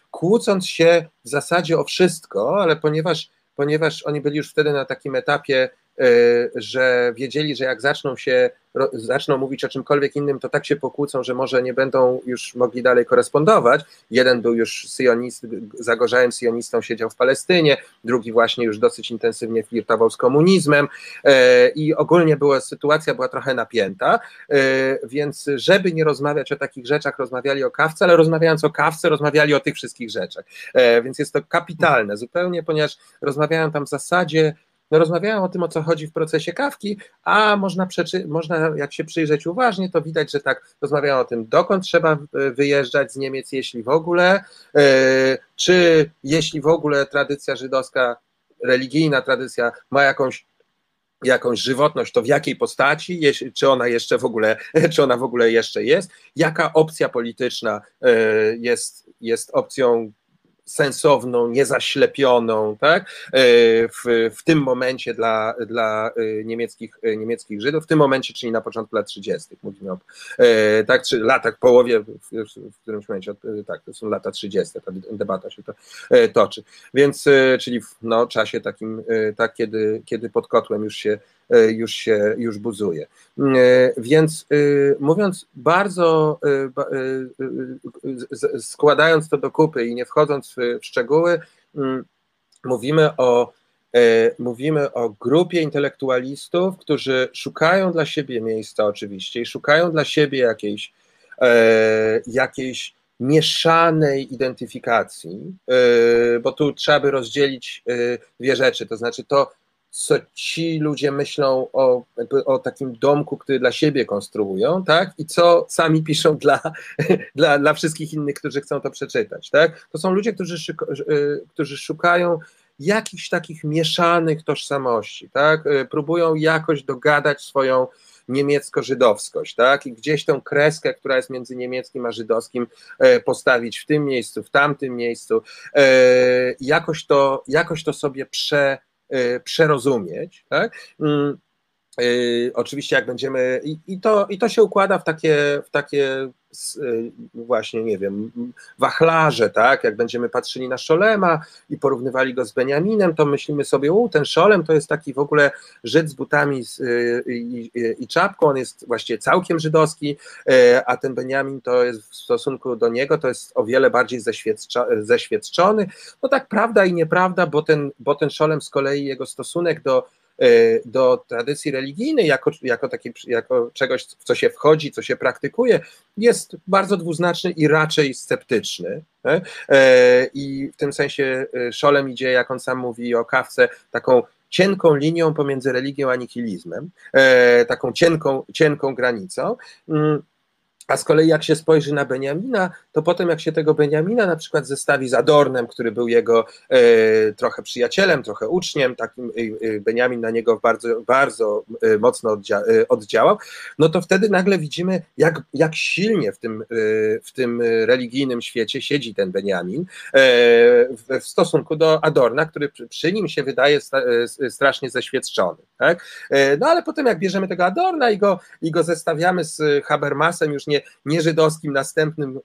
kłócąc się w zasadzie o wszystko, ale ponieważ, ponieważ oni byli już wtedy na takim etapie, że wiedzieli, że jak zaczną się, zaczną mówić o czymkolwiek innym, to tak się pokłócą, że może nie będą już mogli dalej korespondować. Jeden był już syjonist, zagorzałym syjonistą, siedział w Palestynie, drugi właśnie już dosyć intensywnie flirtował z komunizmem i ogólnie była, sytuacja była trochę napięta, więc żeby nie rozmawiać o takich rzeczach, rozmawiali o kawce, ale rozmawiając o kawce, rozmawiali o tych wszystkich rzeczach. Więc jest to kapitalne zupełnie, ponieważ rozmawiają tam w zasadzie, no rozmawiają o tym, o co chodzi w procesie kawki, a można, przeczy, można jak się przyjrzeć uważnie, to widać, że tak rozmawiają o tym, dokąd trzeba wyjeżdżać z Niemiec, jeśli w ogóle, yy, czy jeśli w ogóle tradycja żydowska, religijna tradycja ma jakąś jakąś żywotność, to w jakiej postaci, czy ona jeszcze w ogóle, czy ona w ogóle jeszcze jest, jaka opcja polityczna yy, jest, jest opcją sensowną, niezaślepioną, tak, w, w tym momencie dla, dla niemieckich, niemieckich Żydów, w tym momencie, czyli na początku lat trzydziestych, mówimy o tak, czy latach, połowie, w, w którymś momencie, tak, to są lata trzydzieste, ta debata się to toczy, więc, czyli w no, czasie takim, tak, kiedy, kiedy pod kotłem już się już się, już buzuje. Więc mówiąc bardzo, składając to do kupy i nie wchodząc w szczegóły, mówimy o, mówimy o grupie intelektualistów, którzy szukają dla siebie miejsca oczywiście i szukają dla siebie jakiejś, jakiejś mieszanej identyfikacji, bo tu trzeba by rozdzielić dwie rzeczy, to znaczy to, co ci ludzie myślą o, o takim domku, który dla siebie konstruują, tak? I co sami piszą dla, dla, dla wszystkich innych, którzy chcą to przeczytać, tak? To są ludzie, którzy, szyko, którzy szukają jakichś takich mieszanych tożsamości, tak? Próbują jakoś dogadać swoją niemiecko-żydowskość, tak? I gdzieś tą kreskę, która jest między niemieckim a żydowskim, postawić w tym miejscu, w tamtym miejscu, jakoś to, jakoś to sobie prze przerozumieć, tak? Yy, oczywiście jak będziemy, i, i, to, i to się układa w takie, w takie yy, właśnie, nie wiem, wachlarze, tak? Jak będziemy patrzyli na Szolema i porównywali go z Beniaminem, to myślimy sobie, u, ten Szolem to jest taki w ogóle Żyd z butami z, yy, i, i czapką, on jest właściwie całkiem żydowski, yy, a ten Beniamin to jest w stosunku do niego, to jest o wiele bardziej zeświadczo, zeświadczony. No tak, prawda i nieprawda, bo ten, bo ten Szolem z kolei, jego stosunek do do tradycji religijnej, jako, jako, takiej, jako czegoś, w co się wchodzi, co się praktykuje, jest bardzo dwuznaczny i raczej sceptyczny. Nie? I w tym sensie Szolem idzie, jak on sam mówi o kawce, taką cienką linią pomiędzy religią a nihilizmem, taką cienką, cienką granicą. A z kolei jak się spojrzy na Beniamina, to potem jak się tego Beniamina na przykład zestawi z Adornem, który był jego e, trochę przyjacielem, trochę uczniem, takim e, Beniamin na niego bardzo, bardzo e, mocno oddzia e, oddziałał, no to wtedy nagle widzimy, jak, jak silnie w tym, e, w tym religijnym świecie siedzi ten Beniamin e, w, w stosunku do Adorna, który przy, przy nim się wydaje sta, e, strasznie zeświadczony. Tak? E, no ale potem jak bierzemy tego Adorna i go, i go zestawiamy z Habermasem, już nie nie żydowskim następnym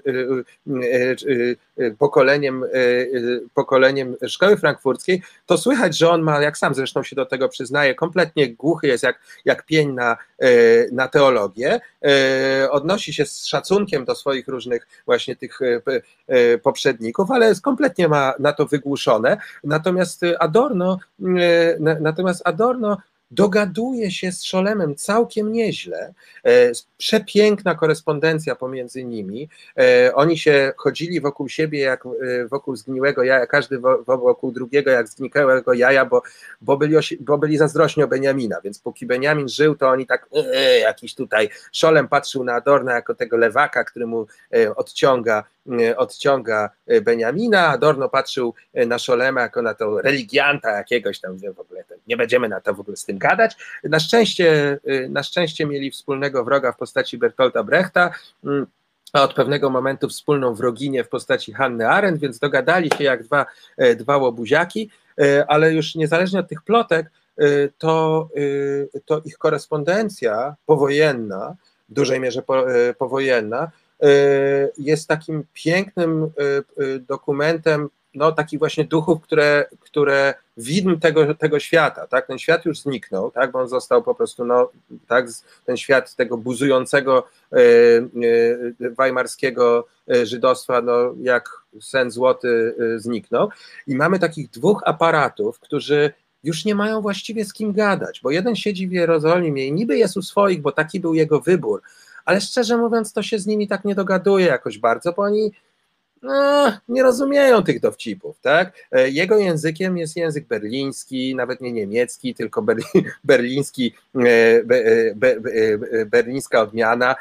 pokoleniem, pokoleniem szkoły frankfurckiej, to słychać, że on ma, jak sam zresztą się do tego przyznaje, kompletnie głuchy jest jak, jak pień na, na teologię, odnosi się z szacunkiem do swoich różnych właśnie tych poprzedników, ale kompletnie ma na to wygłuszone, natomiast Adorno, natomiast Adorno dogaduje się z Szolemem całkiem nieźle, przepiękna korespondencja pomiędzy nimi, oni się chodzili wokół siebie jak wokół zgniłego jaja, każdy wokół drugiego jak zgniłego jaja, bo, bo, byli, bo byli zazdrośni o Beniamina, więc póki Beniamin żył, to oni tak e, jakiś tutaj, Szolem patrzył na Adorna jako tego lewaka, który mu odciąga, odciąga Beniamina, Adorno patrzył na Szolema jako na to religianta jakiegoś tam, w ogóle nie będziemy na to w ogóle z tym gadać. Na szczęście, na szczęście mieli wspólnego wroga w postaci Bertolta Brechta, a od pewnego momentu wspólną wroginię w postaci Hanny Arendt, więc dogadali się jak dwa, dwa łobuziaki, ale już niezależnie od tych plotek, to, to ich korespondencja powojenna, w dużej mierze po, powojenna, jest takim pięknym dokumentem, no takich właśnie duchów, które, które widm tego, tego świata, tak, ten świat już zniknął, tak, bo on został po prostu, no, tak, ten świat tego buzującego e, e, weimarskiego żydostwa, no, jak sen złoty e, zniknął i mamy takich dwóch aparatów, którzy już nie mają właściwie z kim gadać, bo jeden siedzi w Jerozolimie i niby jest u swoich, bo taki był jego wybór, ale szczerze mówiąc to się z nimi tak nie dogaduje jakoś bardzo, bo oni no, nie rozumieją tych dowcipów, tak? Jego językiem jest język berliński, nawet nie niemiecki, tylko berli, berliński, be, be, be, berlińska odmiana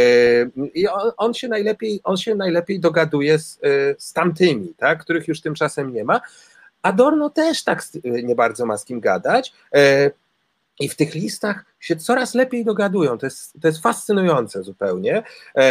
i on, on, się najlepiej, on się najlepiej dogaduje z, z tamtymi, tak? Których już tymczasem nie ma. Adorno też tak nie bardzo ma z kim gadać i w tych listach się coraz lepiej dogadują, to jest, to jest fascynujące zupełnie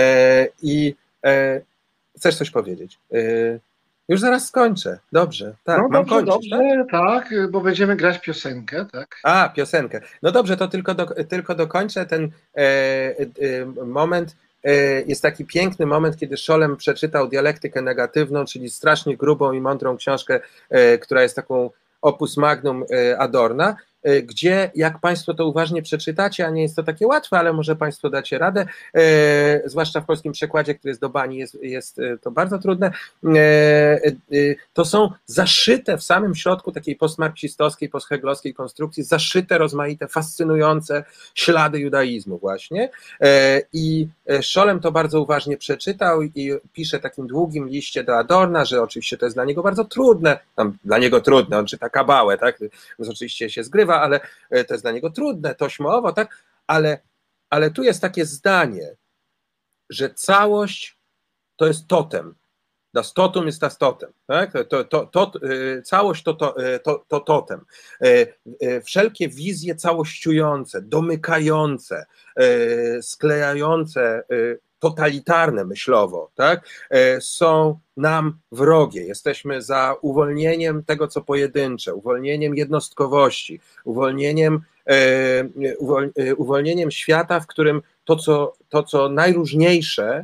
i chcesz coś powiedzieć? Już zaraz skończę. Dobrze, tak,
no
mam
dobrze,
kończyć,
dobrze,
tak?
tak, bo będziemy grać piosenkę, tak?
A, piosenkę. No dobrze, to tylko, do, tylko dokończę ten e, e, moment. E, jest taki piękny moment, kiedy Scholem przeczytał dialektykę negatywną, czyli strasznie grubą i mądrą książkę, e, która jest taką opus magnum e, Adorna, gdzie, jak Państwo to uważnie przeczytacie, a nie jest to takie łatwe, ale może Państwo dacie radę, e, zwłaszcza w polskim przekładzie, który jest do bani, jest, jest to bardzo trudne, e, e, to są zaszyte w samym środku takiej postmarksistowskiej, postheglowskiej konstrukcji, zaszyte, rozmaite, fascynujące ślady judaizmu właśnie e, i Scholem to bardzo uważnie przeczytał i pisze takim długim liście do Adorna, że oczywiście to jest dla niego bardzo trudne, tam, dla niego trudne, on czyta kabałę, tak, więc oczywiście się zgrywa, ale to jest dla niego trudne, tośmowo, tak, ale, ale tu jest takie zdanie, że całość to jest totem, das Totum jest das Totem, tak? to, to, to, to, całość to, to, to, to totem, wszelkie wizje całościujące, domykające, sklejające, totalitarne myślowo, tak, są nam wrogie. Jesteśmy za uwolnieniem tego, co pojedyncze, uwolnieniem jednostkowości, uwolnieniem, uwolnieniem świata, w którym to, co, to, co najróżniejsze,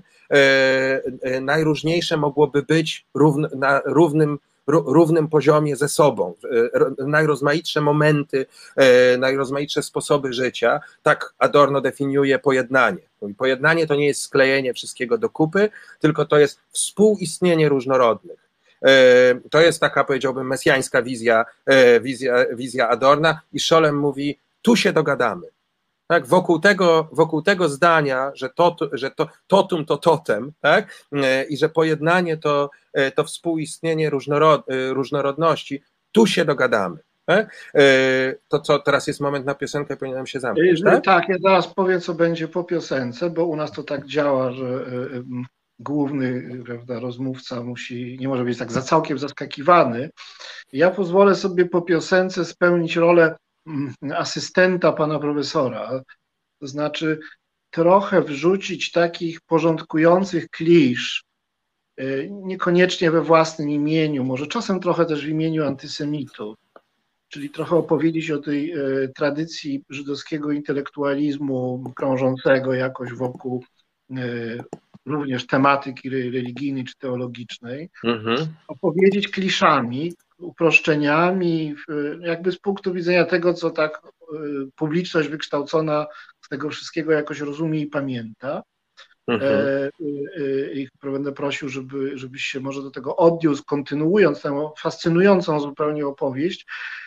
najróżniejsze mogłoby być równ, na równym równym poziomie ze sobą, najrozmaitsze momenty, najrozmaitsze sposoby życia, tak Adorno definiuje pojednanie. Pojednanie to nie jest sklejenie wszystkiego do kupy, tylko to jest współistnienie różnorodnych. To jest taka, powiedziałbym, mesjańska wizja, wizja, wizja Adorna i Scholem mówi, tu się dogadamy. Tak, wokół tego, wokół tego zdania, że, to, że to, totum to totem, tak, i że pojednanie to, to współistnienie różnorod, różnorodności, tu się dogadamy. Tak? To co, teraz jest moment na piosenkę, powinienem się zamknąć, tak?
Tak, ja zaraz powiem, co będzie po piosence, bo u nas to tak działa, że główny, prawda, rozmówca musi, nie może być tak za całkiem zaskakiwany. Ja pozwolę sobie po piosence spełnić rolę asystenta pana profesora, to znaczy trochę wrzucić takich porządkujących klisz, niekoniecznie we własnym imieniu, może czasem trochę też w imieniu antysemitów, czyli trochę opowiedzieć o tej tradycji żydowskiego intelektualizmu krążącego jakoś wokół również tematyki religijnej czy teologicznej, mhm. opowiedzieć kliszami, uproszczeniami, jakby z punktu widzenia tego, co tak publiczność wykształcona z tego wszystkiego jakoś rozumie i pamięta. Mhm. I będę prosił, żeby, żebyś się może do tego odniósł, kontynuując tę fascynującą zupełnie opowieść.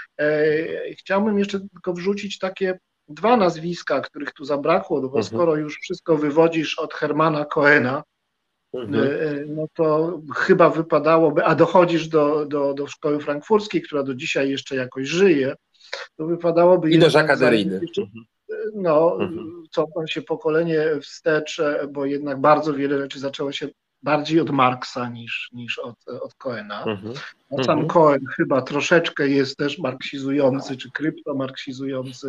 Chciałbym jeszcze tylko wrzucić takie dwa nazwiska, których tu zabrakło, no bo mhm. skoro już wszystko wywodzisz od Hermana Cohena, mhm. no to chyba wypadałoby, a dochodzisz do, do, do szkoły frankfurskiej, która do dzisiaj jeszcze jakoś żyje, to wypadałoby...
I do Jacques'a Derrida.
No, mhm. cofnąć się pokolenie wstecz, bo jednak bardzo wiele rzeczy zaczęło się bardziej od Marksa niż, niż od, od Cohena. Mhm. A sam mhm. Cohen chyba troszeczkę jest też marksizujący, czy kryptomarksizujący,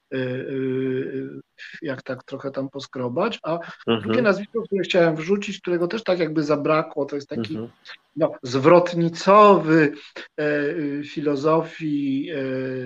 jak tak trochę tam poskrobać. A mhm. drugie nazwisko, które chciałem wrzucić, którego też tak jakby zabrakło, to jest taki mhm. no, zwrotnicowy filozofii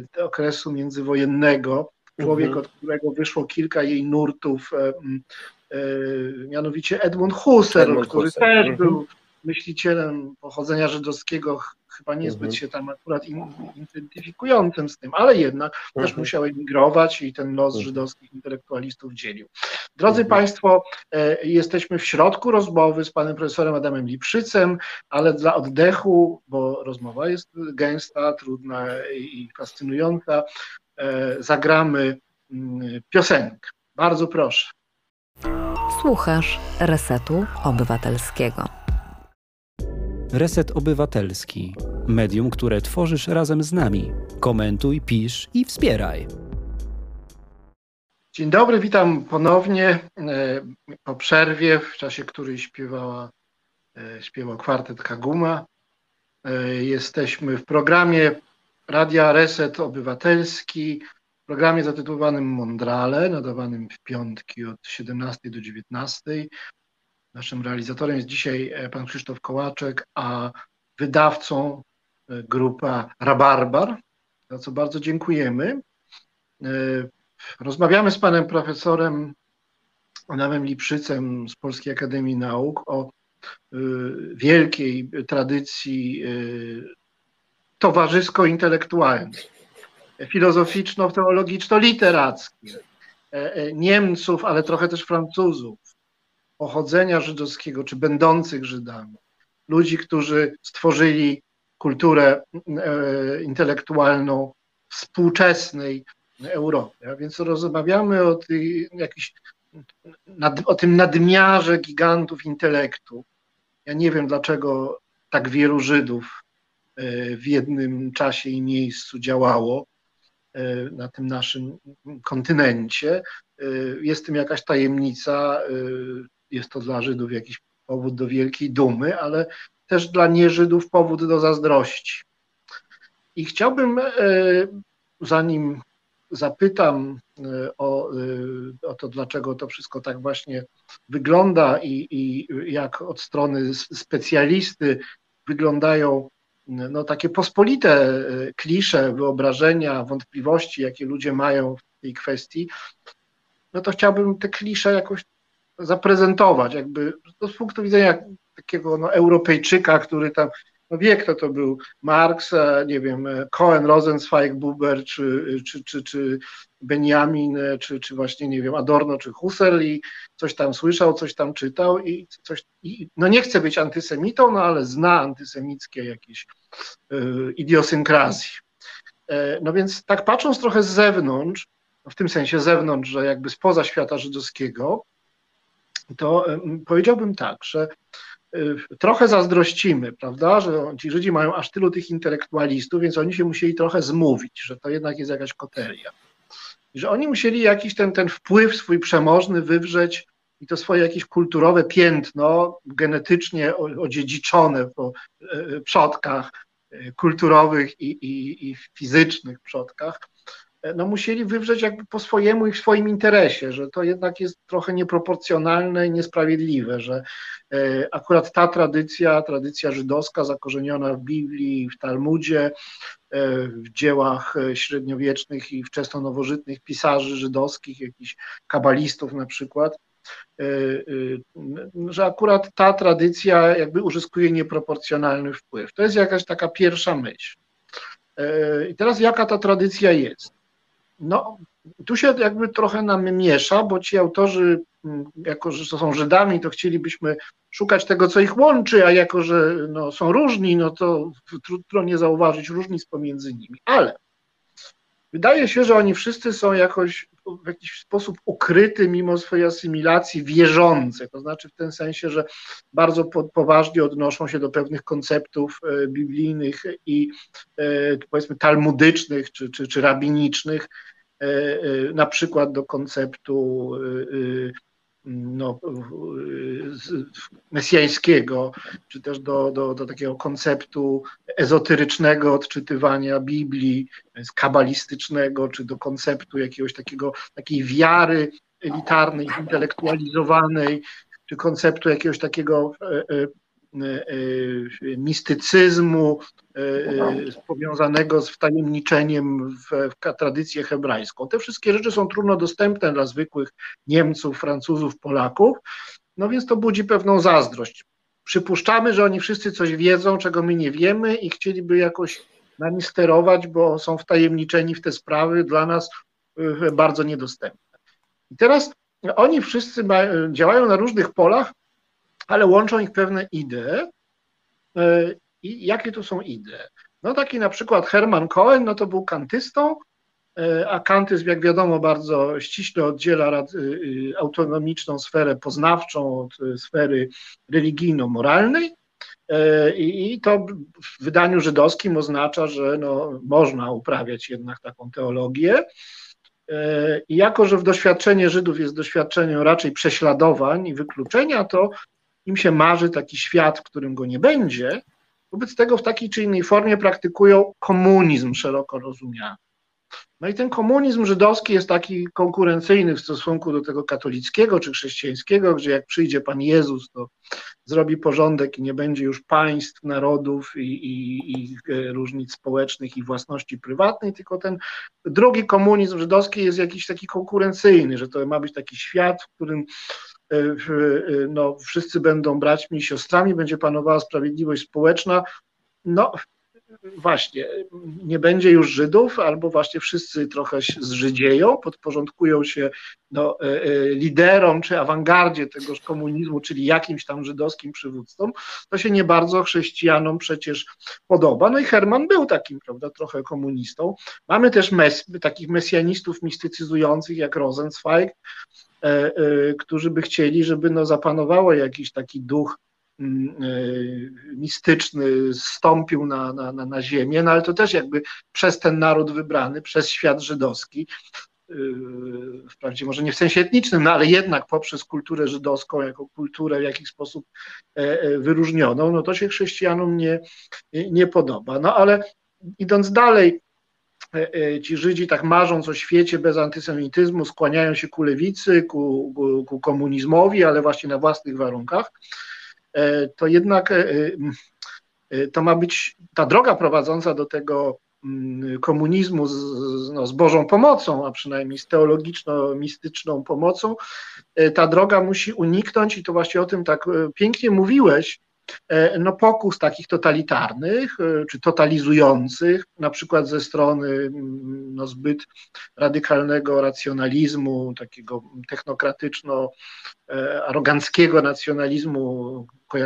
okresu międzywojennego. Człowiek, mhm. od którego wyszło kilka jej nurtów mianowicie Edmund Husserl,
Edmund
który
Husserl.
też
Mhm.
był myślicielem pochodzenia żydowskiego, chyba niezbyt
Mhm.
się tam akurat identyfikującym z tym, ale jednak
Mhm.
też musiał emigrować i ten los
Mhm.
żydowskich intelektualistów dzielił. Drodzy
Mhm.
Państwo, jesteśmy w środku rozmowy z panem profesorem Adamem Liprzycem, ale dla oddechu, bo rozmowa jest gęsta, trudna i fascynująca, zagramy piosenkę. Bardzo proszę.
Słuchasz Resetu Obywatelskiego.
Reset Obywatelski. Medium, które tworzysz razem z nami. Komentuj, pisz i wspieraj.
Dzień dobry, witam ponownie po przerwie, w czasie której śpiewała, śpiewał kwartet Haguma. Jesteśmy w programie Radia Reset Obywatelski, w programie zatytułowanym Mondrale, nadawanym w piątki od siedemnastej do dziewiętnastej. Naszym realizatorem jest dzisiaj pan Krzysztof Kołaczek, a wydawcą grupa Rabarbar, za co bardzo dziękujemy. Rozmawiamy z panem profesorem Adamem Liprzycem z Polskiej Akademii Nauk o wielkiej tradycji towarzysko-intelektualnej, filozoficzno-teologiczno-literackiej Niemców, ale trochę też Francuzów, pochodzenia żydowskiego, czy będących Żydami, ludzi, którzy stworzyli kulturę intelektualną współczesnej Europy. A więc rozmawiamy o, tej, jakiś, nad, o tym nadmiarze gigantów intelektu. Ja nie wiem, dlaczego tak wielu Żydów w jednym czasie i miejscu działało na tym naszym kontynencie. Jest tym jakaś tajemnica, jest to dla Żydów jakiś powód do wielkiej dumy, ale też dla nieżydów powód do zazdrości. I chciałbym, zanim zapytam o, o to, dlaczego to wszystko tak właśnie wygląda i, i jak od strony specjalisty wyglądają no, takie pospolite klisze, wyobrażenia, wątpliwości, jakie ludzie mają w tej kwestii, no to chciałbym te klisze jakoś zaprezentować, jakby to z punktu widzenia takiego no, Europejczyka, który tam, no wie kto to był, Marx, nie wiem, Cohen, Rosenzweig, Buber, czy, czy, czy, czy Benjamin, czy, czy właśnie, nie wiem, Adorno, czy Husserl i coś tam słyszał, coś tam czytał i coś, i, no nie chce być antysemitą, no ale zna antysemickie jakieś y, idiosynkrazje. No więc tak patrząc trochę z zewnątrz, w tym sensie zewnątrz, że jakby spoza świata żydowskiego, to powiedziałbym tak, że trochę zazdrościmy, prawda, że ci Żydzi mają aż tylu tych intelektualistów, więc oni się musieli trochę zmówić, że to jednak jest jakaś koteria. I że oni musieli jakiś ten, ten wpływ swój przemożny wywrzeć i to swoje jakieś kulturowe piętno, genetycznie odziedziczone po przodkach kulturowych i, i, i fizycznych przodkach, no musieli wywrzeć jakby po swojemu i w swoim interesie, że to jednak jest trochę nieproporcjonalne i niesprawiedliwe, że akurat ta tradycja, tradycja żydowska zakorzeniona w Biblii, w Talmudzie, w dziełach średniowiecznych i wczesnonowożytnych pisarzy żydowskich, jakichś kabalistów na przykład, że akurat ta tradycja jakby uzyskuje nieproporcjonalny wpływ. To jest jakaś taka pierwsza myśl. I teraz jaka ta tradycja jest? No, tu się jakby trochę nam miesza, bo ci autorzy, jako że są Żydami, to chcielibyśmy szukać tego, co ich łączy, a jako że no, są różni, no to trudno nie zauważyć różnic pomiędzy nimi. Ale wydaje się, że oni wszyscy są jakoś w jakiś sposób ukryty mimo swojej asymilacji wierzące, to znaczy w tym sensie, że bardzo poważnie odnoszą się do pewnych konceptów biblijnych i powiedzmy talmudycznych czy, czy, czy rabinicznych, na przykład do konceptu no, mesjańskiego, czy też do, do, do takiego konceptu ezoterycznego odczytywania Biblii, kabalistycznego, czy do konceptu jakiegoś takiego, takiej wiary elitarnej, intelektualizowanej, czy konceptu jakiegoś takiego mistycyzmu powiązanego z wtajemniczeniem w, w tradycję hebrajską. Te wszystkie rzeczy są trudno dostępne dla zwykłych Niemców, Francuzów, Polaków, no więc to budzi pewną zazdrość. Przypuszczamy, że oni wszyscy coś wiedzą, czego my nie wiemy i chcieliby jakoś nami sterować, bo są wtajemniczeni w te sprawy dla nas bardzo niedostępne. I teraz oni wszyscy ma, działają na różnych polach, ale łączą ich pewne idee. I jakie to są idee? No taki na przykład Hermann Cohen, no to był kantystą, a kantyzm, jak wiadomo, bardzo ściśle oddziela autonomiczną sferę poznawczą od sfery religijno-moralnej. I to w wydaniu żydowskim oznacza, że no, można uprawiać jednak taką teologię. I jako, że w doświadczenie Żydów jest doświadczeniem raczej prześladowań i wykluczenia, to im się marzy taki świat, w którym go nie będzie. Wobec tego w takiej czy innej formie praktykują komunizm szeroko rozumiany. No i ten komunizm żydowski jest taki konkurencyjny w stosunku do tego katolickiego czy chrześcijańskiego, gdzie jak przyjdzie Pan Jezus, to zrobi porządek i nie będzie już państw, narodów i, i, i różnic społecznych i własności prywatnej, tylko ten drugi komunizm żydowski jest jakiś taki konkurencyjny, że to ma być taki świat, w którym no, wszyscy będą braćmi i siostrami, będzie panowała sprawiedliwość społeczna. No właśnie, nie będzie już Żydów, albo właśnie wszyscy trochę zżydzieją, podporządkują się no, liderom czy awangardzie tegoż komunizmu, czyli jakimś tam żydowskim przywódcom. To się nie bardzo chrześcijanom przecież podoba. No i Herman był takim, prawda, trochę komunistą. Mamy też mes, takich mesjanistów mistycyzujących jak Rosenzweig, którzy by chcieli, żeby no, zapanowało jakiś taki duch mistyczny, zstąpił na, na, na ziemię, no ale to też jakby przez ten naród wybrany, przez świat żydowski, wprawdzie może nie w sensie etnicznym, no ale jednak poprzez kulturę żydowską, jako kulturę w jakiś sposób wyróżnioną, no to się chrześcijanom nie, nie podoba. No ale idąc dalej, ci Żydzi tak marząc o świecie bez antysemityzmu, skłaniają się ku lewicy, ku, ku, ku komunizmowi, ale właśnie na własnych warunkach, to jednak to ma być ta droga prowadząca do tego komunizmu z, no, z Bożą pomocą, a przynajmniej z teologiczno-mistyczną pomocą, ta droga musi uniknąć, i to właśnie o tym tak pięknie mówiłeś, no pokus takich totalitarnych, czy totalizujących, na przykład ze strony no, zbyt radykalnego racjonalizmu, takiego technokratyczno-aroganckiego nacjonalizmu.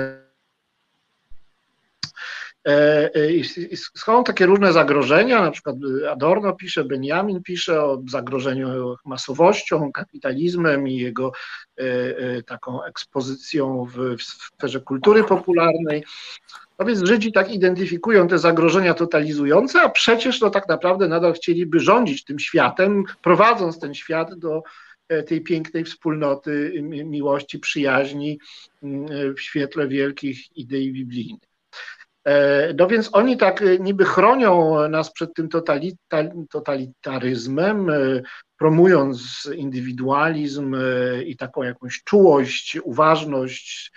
Są takie różne zagrożenia, na przykład Adorno pisze, Benjamin pisze o zagrożeniu masowością, kapitalizmem i jego taką ekspozycją w sferze kultury popularnej. No więc Żydzi tak identyfikują te zagrożenia totalizujące, a przecież no tak naprawdę nadal chcieliby rządzić tym światem, prowadząc ten świat do tej pięknej wspólnoty miłości, przyjaźni w świetle wielkich idei biblijnych. No więc oni tak niby chronią nas przed tym totalitaryzmem, promując indywidualizm i taką jakąś czułość, uważność,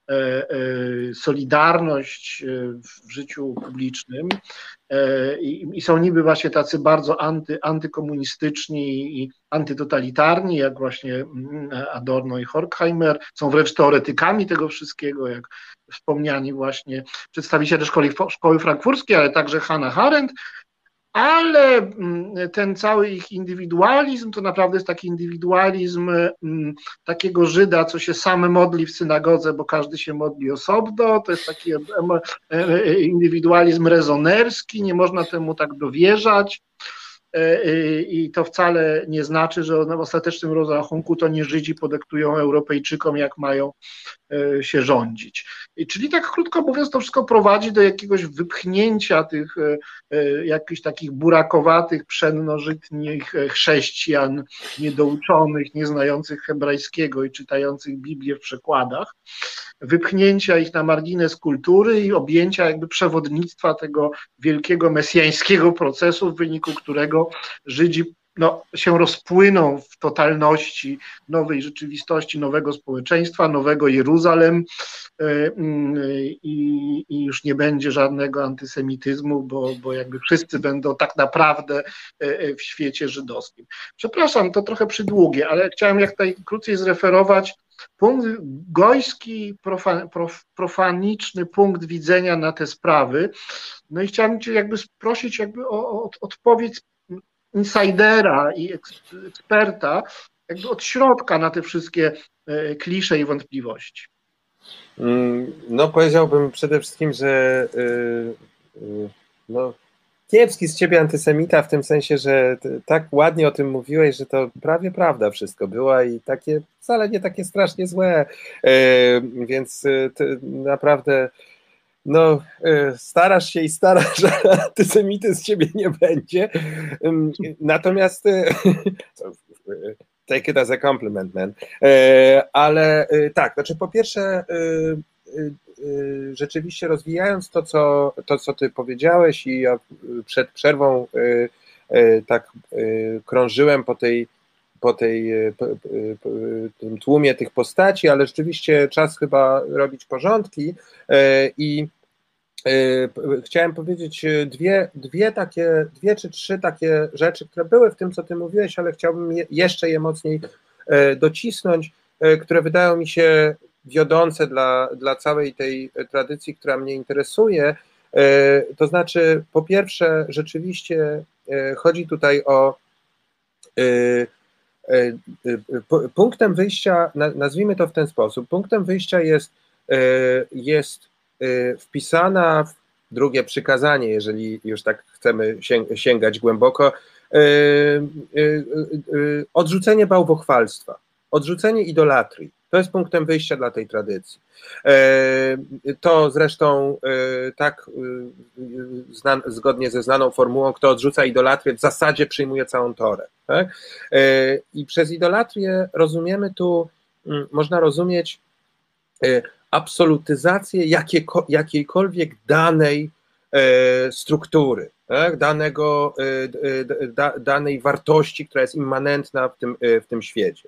solidarność w życiu publicznym i, i są niby właśnie tacy bardzo anty, antykomunistyczni i antytotalitarni, jak właśnie Adorno i Horkheimer, są wręcz teoretykami tego wszystkiego, jak wspomniani właśnie przedstawiciele szkoły, szkoły frankfurskiej, ale także Hannah Arendt, ale ten cały ich indywidualizm to naprawdę jest taki indywidualizm takiego Żyda, co się sam modli w synagodze, bo każdy się modli osobno, to jest taki indywidualizm rezonerski, nie można temu tak dowierzać. I to wcale nie znaczy, że w ostatecznym rozrachunku to nie Żydzi podyktują Europejczykom, jak mają się rządzić. Czyli tak krótko mówiąc, to wszystko prowadzi do jakiegoś wypchnięcia tych jakichś takich burakowatych, pszennożytnich chrześcijan, niedouczonych, nieznających hebrajskiego i czytających Biblię w przekładach, wypchnięcia ich na margines kultury i objęcia jakby przewodnictwa tego wielkiego mesjańskiego procesu, w wyniku którego Żydzi no, się rozpłyną w totalności nowej rzeczywistości, nowego społeczeństwa, nowego Jeruzalem i, i już nie będzie żadnego antysemityzmu, bo, bo jakby wszyscy będą tak naprawdę w świecie żydowskim. Przepraszam, to trochę przydługie, ale chciałem jak najkrócej zreferować punkt gojski, profan, prof, profaniczny punkt widzenia na te sprawy. No i chciałem cię jakby prosić jakby o, o odpowiedź insidera i eksperta jakby od środka na te wszystkie klisze i wątpliwości.
No powiedziałbym przede wszystkim, że yy, no, kiepski z ciebie antysemita w tym sensie, że tak ładnie o tym mówiłeś, że to prawie prawda wszystko była i takie wcale nie takie strasznie złe, yy, więc yy, naprawdę no starasz się i starasz, że antysemityzm z ciebie nie będzie, natomiast take it as a compliment, man. Ale tak, znaczy po pierwsze rzeczywiście rozwijając to, co, to, co ty powiedziałeś i ja przed przerwą tak krążyłem po tej po tej po, po, tym tłumie tych postaci, ale rzeczywiście czas chyba robić porządki i chciałem powiedzieć dwie, dwie takie, dwie czy trzy takie rzeczy, które były w tym, co ty mówiłeś, ale chciałbym je, jeszcze je mocniej docisnąć, które wydają mi się wiodące dla, dla całej tej tradycji, która mnie interesuje. To znaczy, po pierwsze, rzeczywiście chodzi tutaj o punktem wyjścia, nazwijmy to w ten sposób, punktem wyjścia jest, jest wpisana w drugie przykazanie, jeżeli już tak chcemy sięgać głęboko, odrzucenie bałwochwalstwa, odrzucenie idolatrii. To jest punktem wyjścia dla tej tradycji. To zresztą tak zna, zgodnie ze znaną formułą, kto odrzuca idolatrię, w zasadzie przyjmuje całą Torę. Tak? I przez idolatrię rozumiemy tu, można rozumieć absolutyzację jakieko, jakiejkolwiek danej struktury, tak? Danego, da, danej wartości, która jest immanentna w tym, w tym świecie.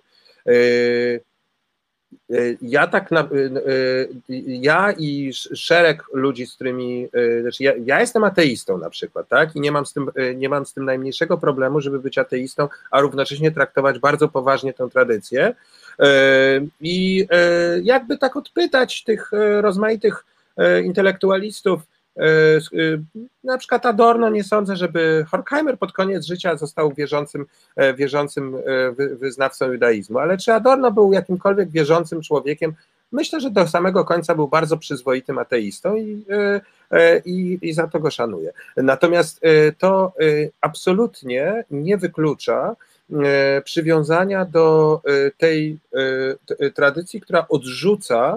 Ja tak, na, ja i szereg ludzi, z którymi, znaczy ja, ja jestem ateistą na przykład, tak, i nie mam z tym, nie mam z tym najmniejszego problemu, żeby być ateistą, a równocześnie traktować bardzo poważnie tę tradycję i jakby tak odpytać tych rozmaitych intelektualistów, na przykład Adorno, nie sądzę, żeby Horkheimer pod koniec życia został wierzącym, wierzącym wyznawcą judaizmu, ale czy Adorno był jakimkolwiek wierzącym człowiekiem? Myślę, że do samego końca był bardzo przyzwoitym ateistą i, i, i za to go szanuję. Natomiast to absolutnie nie wyklucza przywiązania do tej tradycji, która odrzuca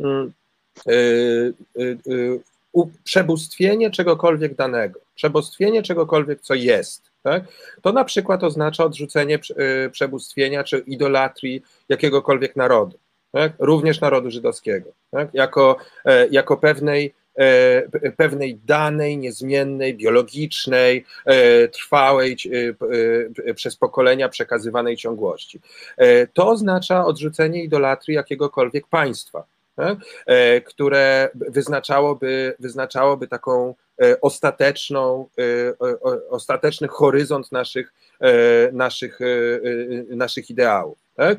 przebóstwienie czegokolwiek danego, przebóstwienie czegokolwiek, co jest. Tak? To na przykład oznacza odrzucenie przebóstwienia czy idolatrii jakiegokolwiek narodu, tak? Również narodu żydowskiego, tak? jako, jako pewnej, pewnej danej, niezmiennej, biologicznej, trwałej przez pokolenia przekazywanej ciągłości. To oznacza odrzucenie idolatrii jakiegokolwiek państwa, tak? Które wyznaczałoby, wyznaczałoby taką ostateczną, ostateczny horyzont naszych, naszych, naszych ideałów. Tak?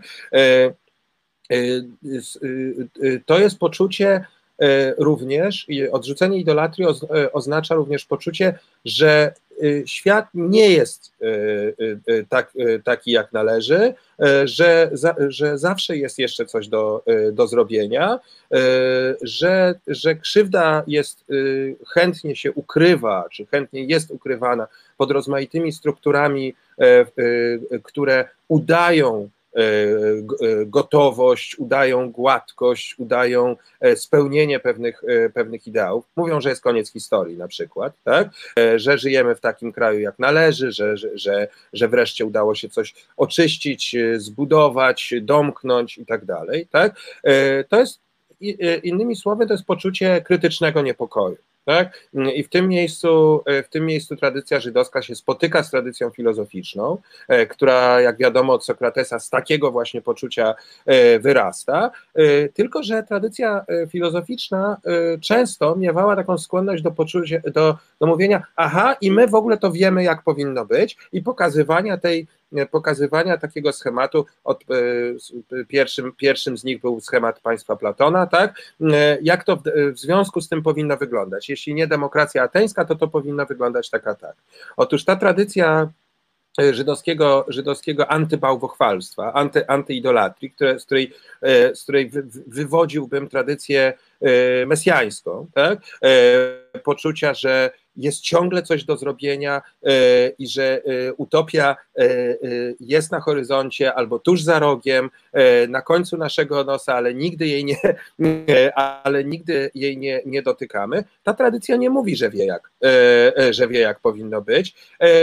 To jest poczucie również, i odrzucenie idolatrii oznacza również poczucie, że świat nie jest tak, taki jak należy, że, że zawsze jest jeszcze coś do, do zrobienia, że, że krzywda jest, chętnie się ukrywa, czy chętnie jest ukrywana pod rozmaitymi strukturami, które udają gotowość, udają gładkość, udają spełnienie pewnych, pewnych ideałów. Mówią, że jest koniec historii na przykład, tak? Że żyjemy w takim kraju jak należy, że, że, że, że wreszcie udało się coś oczyścić, zbudować, domknąć i tak dalej. Tak? To jest, innymi słowy, to jest poczucie krytycznego niepokoju. Tak? I w tym miejscu, w tym miejscu tradycja żydowska się spotyka z tradycją filozoficzną, która, jak wiadomo, od Sokratesa z takiego właśnie poczucia wyrasta, tylko że tradycja filozoficzna często miewała taką skłonność do poczucia, do, do mówienia, aha, i my w ogóle to wiemy, jak powinno być, i pokazywania tej pokazywania takiego schematu, od, pierwszym, pierwszym z nich był schemat państwa Platona, tak? Jak to w, w związku z tym powinno wyglądać. Jeśli nie demokracja ateńska, to to powinno wyglądać tak a tak. Otóż ta tradycja żydowskiego, żydowskiego antybałwochwalstwa, anty, antyidolatrii, które, z której, z której wy, wywodziłbym tradycję mesjańską, tak? Poczucia, że jest ciągle coś do zrobienia i że utopia jest na horyzoncie albo tuż za rogiem, na końcu naszego nosa, ale nigdy jej nie, ale nigdy jej nie, nie dotykamy. Ta tradycja nie mówi, że wie jak, że wie jak powinno być.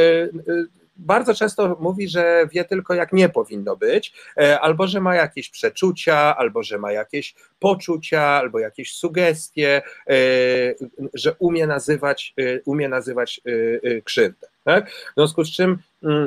Bardzo często mówi, że wie tylko jak nie powinno być, albo że ma jakieś przeczucia, albo że ma jakieś poczucia, albo jakieś sugestie, że umie nazywać, umie nazywać krzywdę. Tak? W związku z czym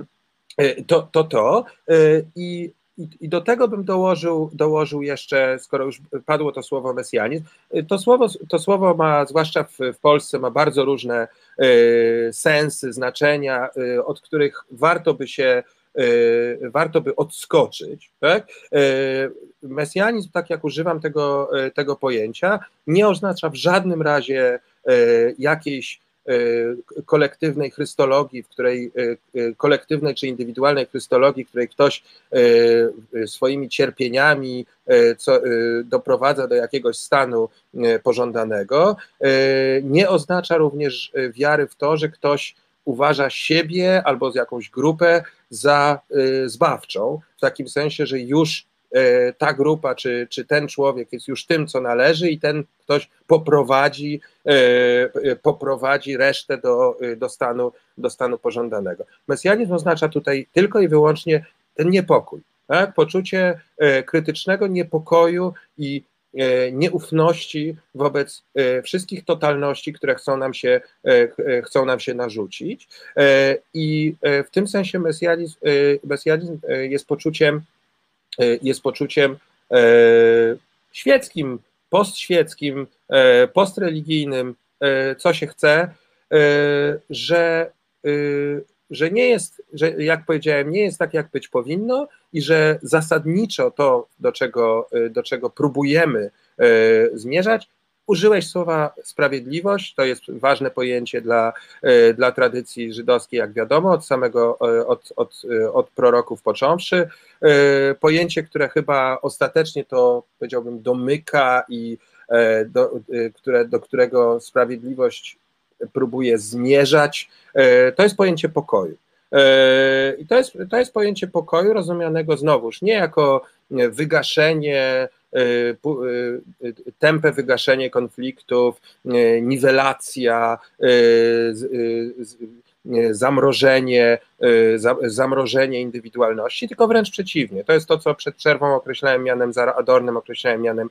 to to, to i I do tego bym dołożył, dołożył jeszcze, skoro już padło to słowo mesjanizm, to słowo, to słowo ma, zwłaszcza w, w Polsce, ma bardzo różne y, sensy, znaczenia, y, od których warto by się, y, warto by odskoczyć. Tak? Y, mesjanizm, tak jak używam tego, y, tego pojęcia, nie oznacza w żadnym razie y, jakiejś kolektywnej chrystologii, w której kolektywnej czy indywidualnej chrystologii, w której ktoś swoimi cierpieniami co, doprowadza do jakiegoś stanu pożądanego, nie oznacza również wiary w to, że ktoś uważa siebie albo jakąś grupę za zbawczą, w takim sensie, że już ta grupa, czy, czy ten człowiek jest już tym, co należy i ten ktoś poprowadzi, poprowadzi resztę do, do, stanu, do stanu pożądanego. Mesjanizm oznacza tutaj tylko i wyłącznie ten niepokój, tak? Poczucie krytycznego niepokoju i nieufności wobec wszystkich totalności, które chcą nam się, chcą nam się narzucić. I w tym sensie mesjanizm, mesjanizm jest poczuciem jest poczuciem e, świeckim, postświeckim, e, postreligijnym, e, co się chce, e, że, e, że nie jest, że jak powiedziałem, nie jest tak, jak być powinno i że zasadniczo to, do czego, do czego próbujemy e, zmierzać. Użyłeś słowa sprawiedliwość, to jest ważne pojęcie dla, dla tradycji żydowskiej, jak wiadomo, od samego, od, od, od proroków począwszy. Pojęcie, które chyba ostatecznie to, powiedziałbym, domyka i do, które, do którego sprawiedliwość próbuje zmierzać, to jest pojęcie pokoju. I to jest, to jest pojęcie pokoju rozumianego znowuż nie jako wygaszenie, tempe wygaszenie konfliktów, niwelacja, zamrożenie, zamrożenie indywidualności, tylko wręcz przeciwnie. To jest to, co przed przerwą określałem mianem, za Adornem określałem mianem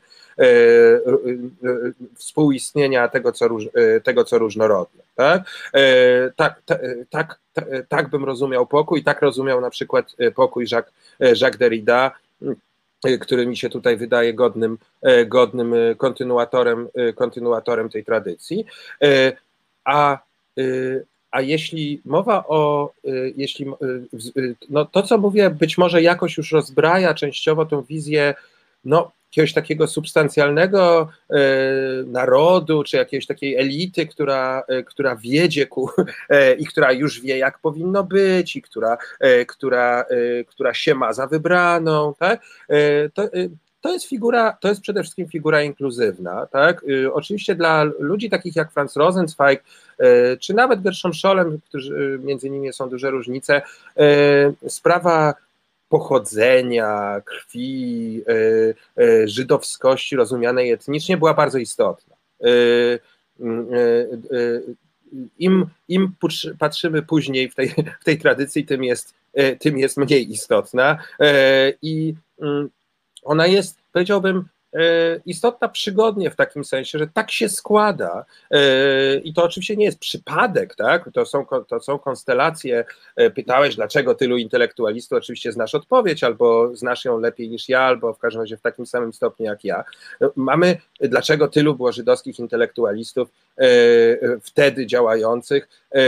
współistnienia tego, co, tego, co różnorodne. Tak? Tak, tak, tak, tak bym rozumiał pokój, tak rozumiał na przykład pokój Jacques, Jacques Derrida, który mi się tutaj wydaje godnym, godnym kontynuatorem, kontynuatorem tej tradycji. A, a jeśli mowa o, jeśli, no to co mówię, być może jakoś już rozbraja częściowo tą wizję, no, jakiegoś takiego substancjalnego e, narodu, czy jakiejś takiej elity, która, e, która wiedzie ku, e, i która już wie, jak powinno być, i która, e, która, e, która się ma za wybraną, tak? E, to, e, to jest figura, to jest przede wszystkim figura inkluzywna, tak? E, oczywiście dla ludzi takich jak Franz Rosenzweig, e, czy nawet Gershom Scholem, którzy, między nimi są duże różnice, e, sprawa pochodzenia, krwi, y, y, żydowskości rozumianej etnicznie była bardzo istotna. Y, y, y, im, im patrzymy później w tej, w tej tradycji, tym jest, tym jest mniej istotna i ona jest, powiedziałbym, istotna przygodnie w takim sensie, że tak się składa i to oczywiście nie jest przypadek, tak? To są, to są konstelacje. Pytałeś, dlaczego tylu intelektualistów, oczywiście znasz odpowiedź, albo znasz ją lepiej niż ja, albo w każdym razie w takim samym stopniu jak ja. Mamy, dlaczego tylu było żydowskich intelektualistów wtedy działających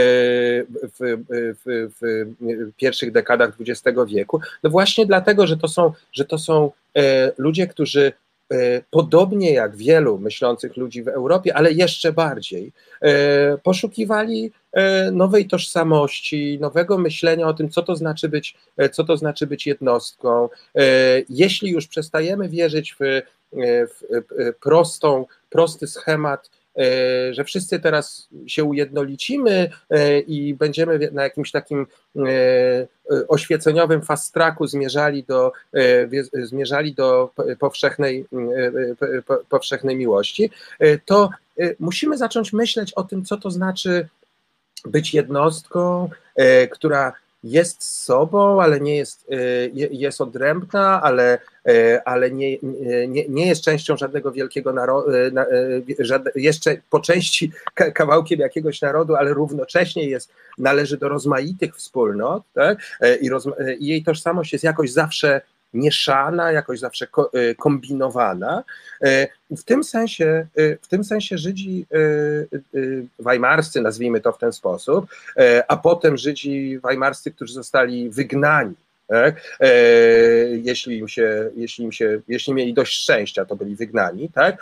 w, w, w pierwszych dekadach dwudziestego wieku? No właśnie dlatego, że to są, że to są ludzie, którzy podobnie jak wielu myślących ludzi w Europie, ale jeszcze bardziej, poszukiwali nowej tożsamości, nowego myślenia o tym, co to znaczy być, co to znaczy być jednostką. Jeśli już przestajemy wierzyć w, w prostą, prosty schemat, że wszyscy teraz się ujednolicimy i będziemy na jakimś takim oświeceniowym fast tracku zmierzali do, zmierzali do powszechnej, powszechnej miłości, to musimy zacząć myśleć o tym, co to znaczy być jednostką, która jest sobą, ale nie jest, jest odrębna, ale, ale nie, nie, nie jest częścią żadnego wielkiego narodu, jeszcze po części kawałkiem jakiegoś narodu, ale równocześnie jest, należy do rozmaitych wspólnot, tak? I, roz, i jej tożsamość jest jakoś zawsze mieszana, jakoś zawsze kombinowana. W tym sensie, w tym sensie Żydzi weimarscy, nazwijmy to w ten sposób, a potem Żydzi weimarscy, którzy zostali wygnani, tak? Jeśli im się, jeśli im się, jeśli mieli dość szczęścia, to byli wygnani, tak?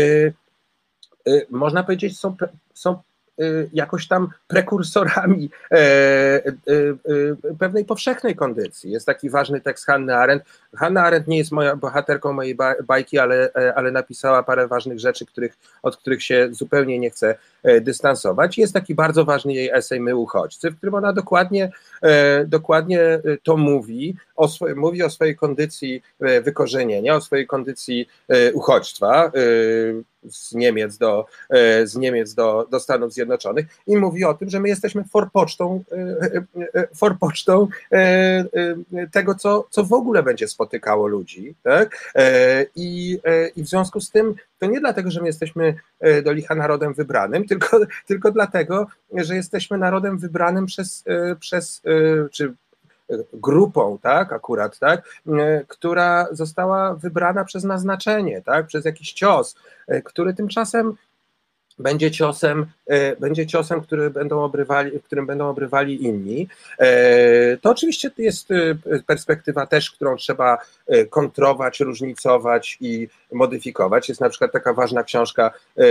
Można powiedzieć, są, są jakoś tam prekursorami e, e, e, pewnej powszechnej kondycji. Jest taki ważny tekst Hanny Arendt. Hanna Arendt nie jest moja bohaterką mojej bajki, ale, ale napisała parę ważnych rzeczy, których, od których się zupełnie nie chcę dystansować. Jest taki bardzo ważny jej esej My uchodźcy, w którym ona dokładnie, e, dokładnie to mówi, o swoje, mówi o swojej kondycji wykorzenienia, o swojej kondycji uchodźstwa z Niemiec do, z Niemiec do, do Stanów Zjednoczonych i mówi o tym, że my jesteśmy forpocztą, forpocztą tego, co, co w ogóle będzie spotykało ludzi. Tak? I, I w związku z tym to nie dlatego, że my jesteśmy do licha narodem wybranym, tylko, tylko dlatego, że jesteśmy narodem wybranym przez, przez czy grupą, tak, akurat, tak, która została wybrana przez naznaczenie, tak, przez jakiś cios, który tymczasem będzie ciosem, będzie ciosem, który będą obrywali, którym będą obrywali inni. To oczywiście jest perspektywa też, którą trzeba kontrować, różnicować i modyfikować. Jest na przykład taka ważna książka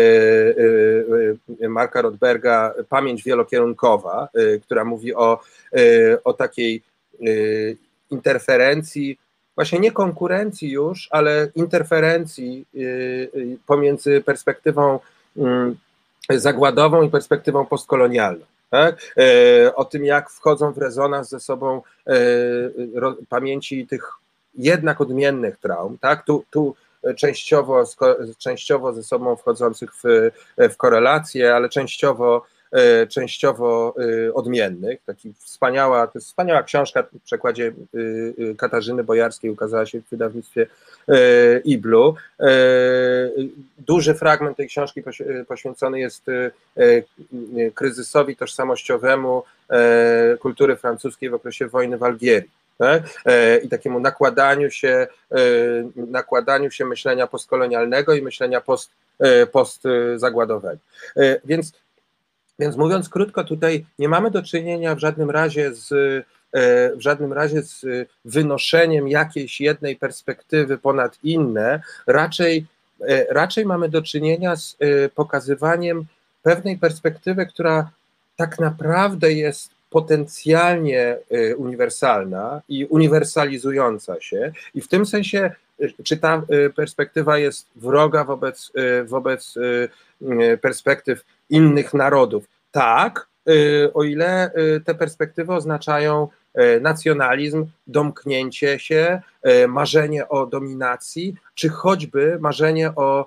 Marka Rothberga, Pamięć wielokierunkowa, która mówi o, o takiej interferencji, właśnie nie konkurencji już, ale interferencji pomiędzy perspektywą zagładową i perspektywą postkolonialną. Tak? O tym, jak wchodzą w rezonans ze sobą pamięci tych jednak odmiennych traum. Tak? Tu, tu częściowo, częściowo ze sobą wchodzących w, w korelacje, ale częściowo częściowo odmiennych. Taki wspaniała, to jest wspaniała książka w przekładzie Katarzyny Bojarskiej, ukazała się w wydawnictwie Iblu. Duży fragment tej książki poświęcony jest kryzysowi tożsamościowemu kultury francuskiej w okresie wojny w Algierii. Tak? I takiemu nakładaniu się, nakładaniu się myślenia postkolonialnego i myślenia post, postzagładowego. Więc Więc mówiąc krótko, tutaj nie mamy do czynienia w żadnym razie z, w żadnym razie z wynoszeniem jakiejś jednej perspektywy ponad inne, raczej, raczej mamy do czynienia z pokazywaniem pewnej perspektywy, która tak naprawdę jest potencjalnie uniwersalna i uniwersalizująca się i w tym sensie, czy ta perspektywa jest wroga wobec, wobec perspektyw innych narodów. Tak, o ile te perspektywy oznaczają nacjonalizm, domknięcie się, marzenie o dominacji, czy choćby marzenie o,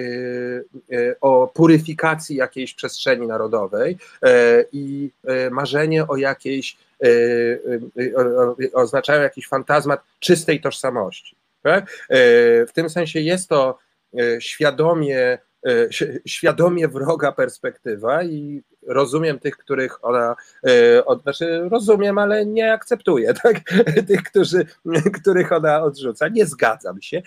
o puryfikacji jakiejś przestrzeni narodowej i marzenie o jakiejś, oznaczają jakiś fantazmat czystej tożsamości. Tak? W tym sensie jest to świadomie, świadomie wroga perspektywa i rozumiem tych, których ona, od, znaczy rozumiem, ale nie akceptuję, tak? Tych, którzy, których ona odrzuca. Nie zgadzam się.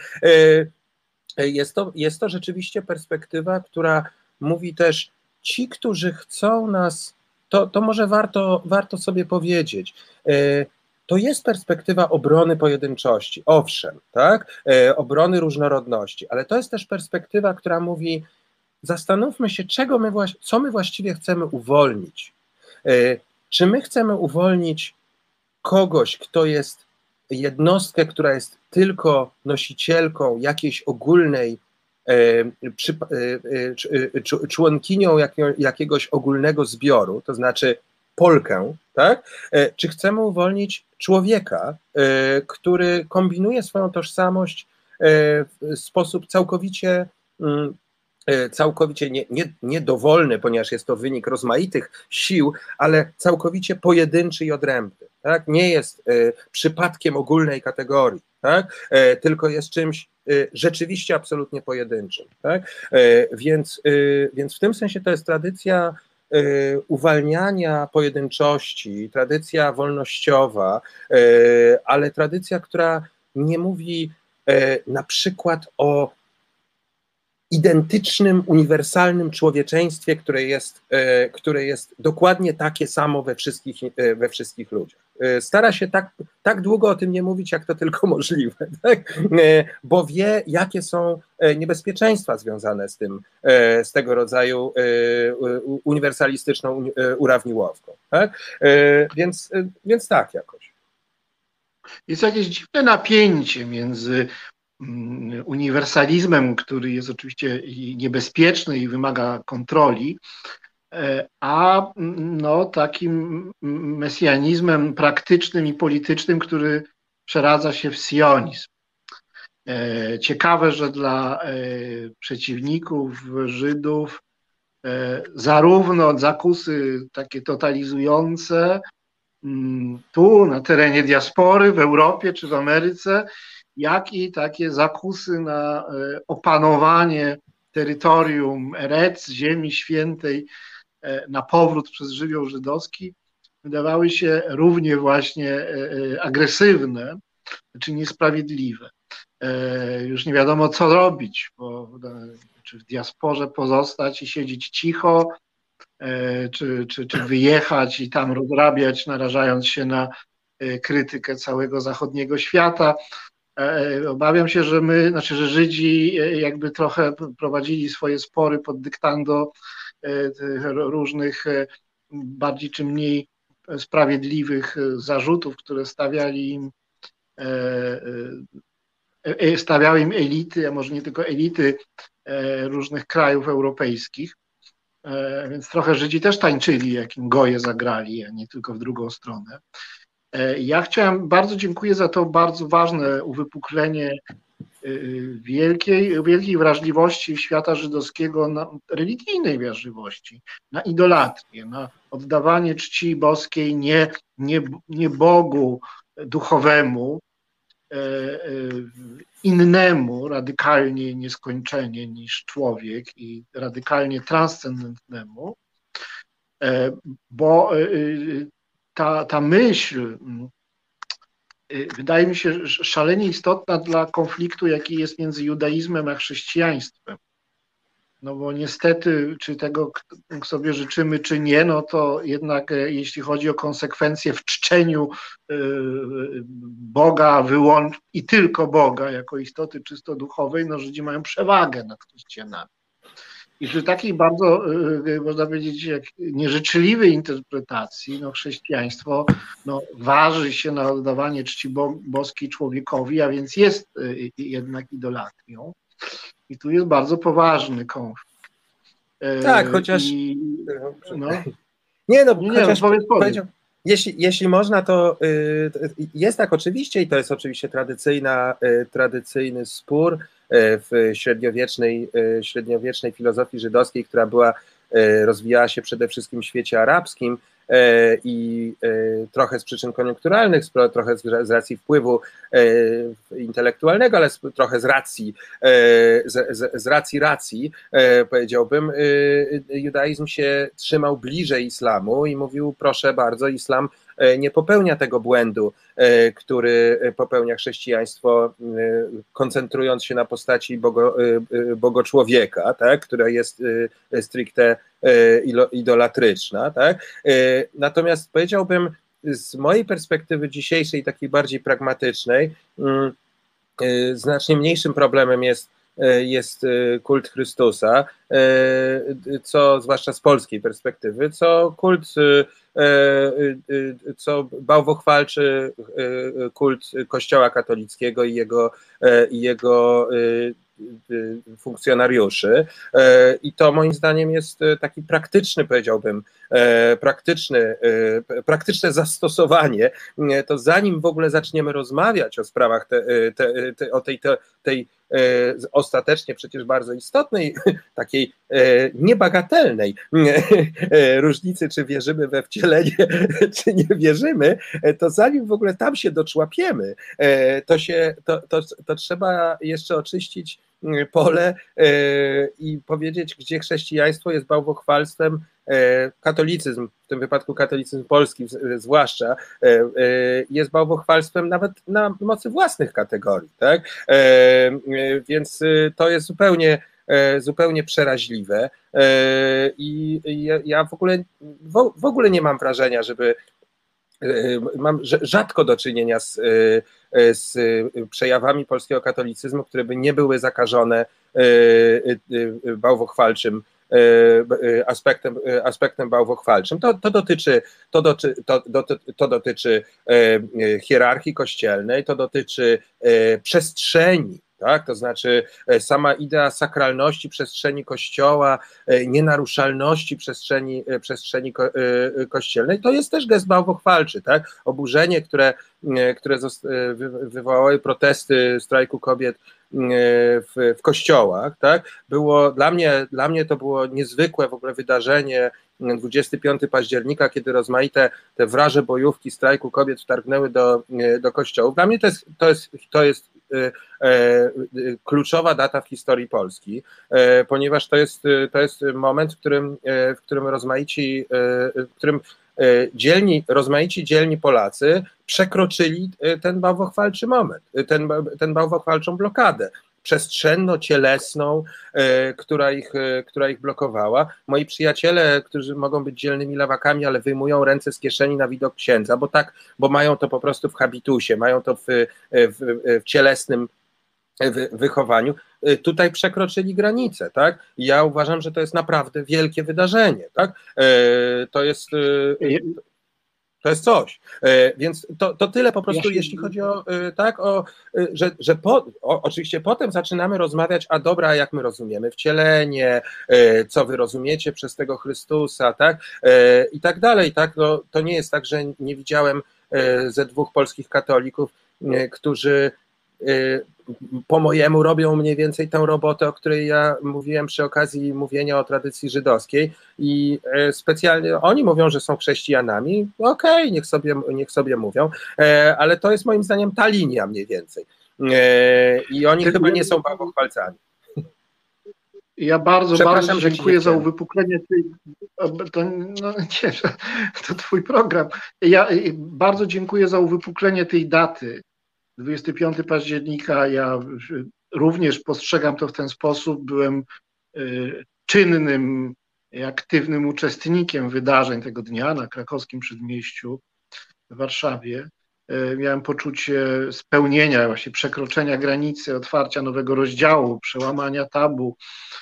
Jest to, jest to rzeczywiście perspektywa, która mówi też, ci, którzy chcą nas, to, to może warto, warto sobie powiedzieć, to jest perspektywa obrony pojedynczości, owszem, tak? Obrony różnorodności, ale to jest też perspektywa, która mówi, zastanówmy się, czego my, co my właściwie chcemy uwolnić. Czy my chcemy uwolnić kogoś, kto jest jednostkę, która jest tylko nosicielką jakiejś ogólnej, przy, członkinią jakiegoś ogólnego zbioru, to znaczy Polkę, tak? Czy chcemy uwolnić człowieka, który kombinuje swoją tożsamość w sposób całkowicie całkowicie nie, nie, niedowolny, ponieważ jest to wynik rozmaitych sił, ale całkowicie pojedynczy i odrębny. Tak? Nie jest y, przypadkiem ogólnej kategorii, tak? y, tylko jest czymś y, rzeczywiście absolutnie pojedynczym. Tak? Y, więc, y, więc w tym sensie to jest tradycja y, uwalniania pojedynczości, tradycja wolnościowa, y, ale tradycja, która nie mówi y, na przykład o identycznym, uniwersalnym człowieczeństwie, które jest, które jest dokładnie takie samo we wszystkich, we wszystkich ludziach. Stara się tak, tak długo o tym nie mówić, jak to tylko możliwe, tak? Bo wie, jakie są niebezpieczeństwa związane z tym, z tego rodzaju uniwersalistyczną urawniłowką. Tak? Więc, więc tak jakoś.
Jest jakieś dziwne napięcie między uniwersalizmem, który jest oczywiście niebezpieczny i wymaga kontroli, a no, takim mesjanizmem praktycznym i politycznym, który przeradza się w sionizm. Ciekawe, że dla przeciwników Żydów zarówno zakusy takie totalizujące tu na terenie diaspory w Europie czy w Ameryce, jak i takie zakusy na opanowanie terytorium Erec, Ziemi Świętej, na powrót przez żywioł żydowski, wydawały się równie właśnie agresywne czy niesprawiedliwe. Już nie wiadomo, co robić, bo czy w diasporze pozostać i siedzieć cicho, czy, czy, czy wyjechać i tam rozrabiać, narażając się na krytykę całego zachodniego świata. Obawiam się, że my, znaczy, że Żydzi jakby trochę prowadzili swoje spory pod dyktando różnych bardziej czy mniej sprawiedliwych zarzutów, które stawiali im, stawiały im elity, a może nie tylko elity różnych krajów europejskich. Więc trochę Żydzi też tańczyli, jak im goje zagrali, a nie tylko w drugą stronę. Ja chciałem, bardzo dziękuję za to bardzo ważne uwypuklenie wielkiej, wielkiej wrażliwości świata żydowskiego na religijnej wrażliwości, na idolatrię, na oddawanie czci boskiej nie, nie, nie Bogu duchowemu, innemu, radykalnie nieskończenie niż człowiek i radykalnie transcendentnemu, bo ta, ta myśl wydaje mi się szalenie istotna dla konfliktu, jaki jest między judaizmem a chrześcijaństwem. No bo niestety, czy tego sobie życzymy, czy nie, no to jednak jeśli chodzi o konsekwencje w czczeniu Boga wyłącz i tylko Boga jako istoty czysto duchowej, no Żydzi mają przewagę nad chrześcijanami. I przy takiej bardzo, można powiedzieć, jak nieżyczliwej interpretacji, no chrześcijaństwo no, waży się na oddawanie czci bo, boskiej człowiekowi, a więc jest jednak idolatrią. I tu jest bardzo poważny konflikt.
Tak, chociaż...
I, no,
nie, no,
nie,
chociaż
no, powiedz, powiedz.
Jeśli, jeśli można, to y, jest tak oczywiście i to jest oczywiście tradycyjna, y, tradycyjny spór y, w średniowiecznej, y, średniowiecznej filozofii żydowskiej, która była, y, rozwijała się przede wszystkim w świecie arabskim, i trochę z przyczyn koniunkturalnych, trochę z racji wpływu intelektualnego, ale trochę z racji, z, z racji racji, powiedziałbym, judaizm się trzymał bliżej islamu i mówił, proszę bardzo, islam nie popełnia tego błędu, który popełnia chrześcijaństwo, koncentrując się na postaci bogo, bogoczłowieka, tak, która jest stricte idolatryczna. Tak. Natomiast powiedziałbym, z mojej perspektywy dzisiejszej, takiej bardziej pragmatycznej, znacznie mniejszym problemem jest jest kult Chrystusa, co zwłaszcza z polskiej perspektywy, co kult, co bałwochwalczy kult Kościoła katolickiego i jego, i jego funkcjonariuszy. I to moim zdaniem jest taki praktyczny, powiedziałbym, praktyczny, praktyczne zastosowanie. To zanim w ogóle zaczniemy rozmawiać o sprawach te, te, te, o tej, te, tej ostatecznie przecież bardzo istotnej, takiej niebagatelnej różnicy, czy wierzymy we wcielenie, czy nie wierzymy, to zanim w ogóle tam się doczłapiemy, to, się, to, to, to trzeba jeszcze oczyścić pole i powiedzieć, gdzie chrześcijaństwo jest bałwochwalstwem, katolicyzm, w tym wypadku katolicyzm polski zwłaszcza, jest bałwochwalstwem nawet na mocy własnych kategorii, tak? Więc to jest zupełnie, zupełnie przeraźliwe i ja w ogóle, w ogóle nie mam wrażenia, żeby mam rzadko do czynienia z, z przejawami polskiego katolicyzmu, które by nie były zakażone bałwochwalczym aspektem, aspektem bałwochwalczym. To, to dotyczy, to, doty, to, to, to dotyczy hierarchii kościelnej, to dotyczy przestrzeni, tak? To znaczy sama idea sakralności przestrzeni Kościoła, nienaruszalności przestrzeni, przestrzeni ko, kościelnej, to jest też gest bałwochwalczy, tak? Oburzenie, które, które wywołały protesty strajku kobiet w, w kościołach, tak? Było dla mnie, dla mnie to było niezwykłe w ogóle wydarzenie dwudziestego piątego października, kiedy rozmaite te wraże bojówki strajku kobiet wtargnęły do, do kościołów. Dla mnie to jest, to jest, to jest e, e, kluczowa data w historii Polski, e, ponieważ to jest, to jest moment, w którym, e, w którym rozmaici, e, w którym dzielni, rozmaici dzielni Polacy przekroczyli ten bałwochwalczy moment, ten, ten bałwochwalczą blokadę przestrzenno-cielesną, która ich, która ich blokowała. Moi przyjaciele, którzy mogą być dzielnymi lewakami, ale wyjmują ręce z kieszeni na widok księdza, bo tak, bo mają to po prostu w habitusie, mają to w, w, w cielesnym wychowaniu, tutaj przekroczyli granicę, tak? I ja uważam, że to jest naprawdę wielkie wydarzenie, tak? To jest, to jest coś. Więc to, to tyle po prostu, ja jeśli chodzi o, tak, o, że, że po, o, oczywiście potem zaczynamy rozmawiać, a dobra, jak my rozumiemy wcielenie, co wy rozumiecie przez tego Chrystusa, tak? I tak dalej, tak? No, to nie jest tak, że nie widziałem ze dwóch polskich katolików, którzy po mojemu robią mniej więcej tę robotę, o której ja mówiłem przy okazji mówienia o tradycji żydowskiej i specjalnie oni mówią, że są chrześcijanami, okej, okay, niech sobie, niech sobie mówią, ale to jest moim zdaniem ta linia mniej więcej i oni chyba nie są bałwochwalcami.
Ja bardzo, bardzo dziękuję za uwypuklenie tej, to, no, nie, to twój program, ja bardzo dziękuję za uwypuklenie tej daty, dwudziestego piątego października. Ja również postrzegam to w ten sposób. Byłem czynnym i aktywnym uczestnikiem wydarzeń tego dnia na krakowskim Przedmieściu w Warszawie. Miałem poczucie spełnienia, właśnie przekroczenia granicy, otwarcia nowego rozdziału, przełamania tabu.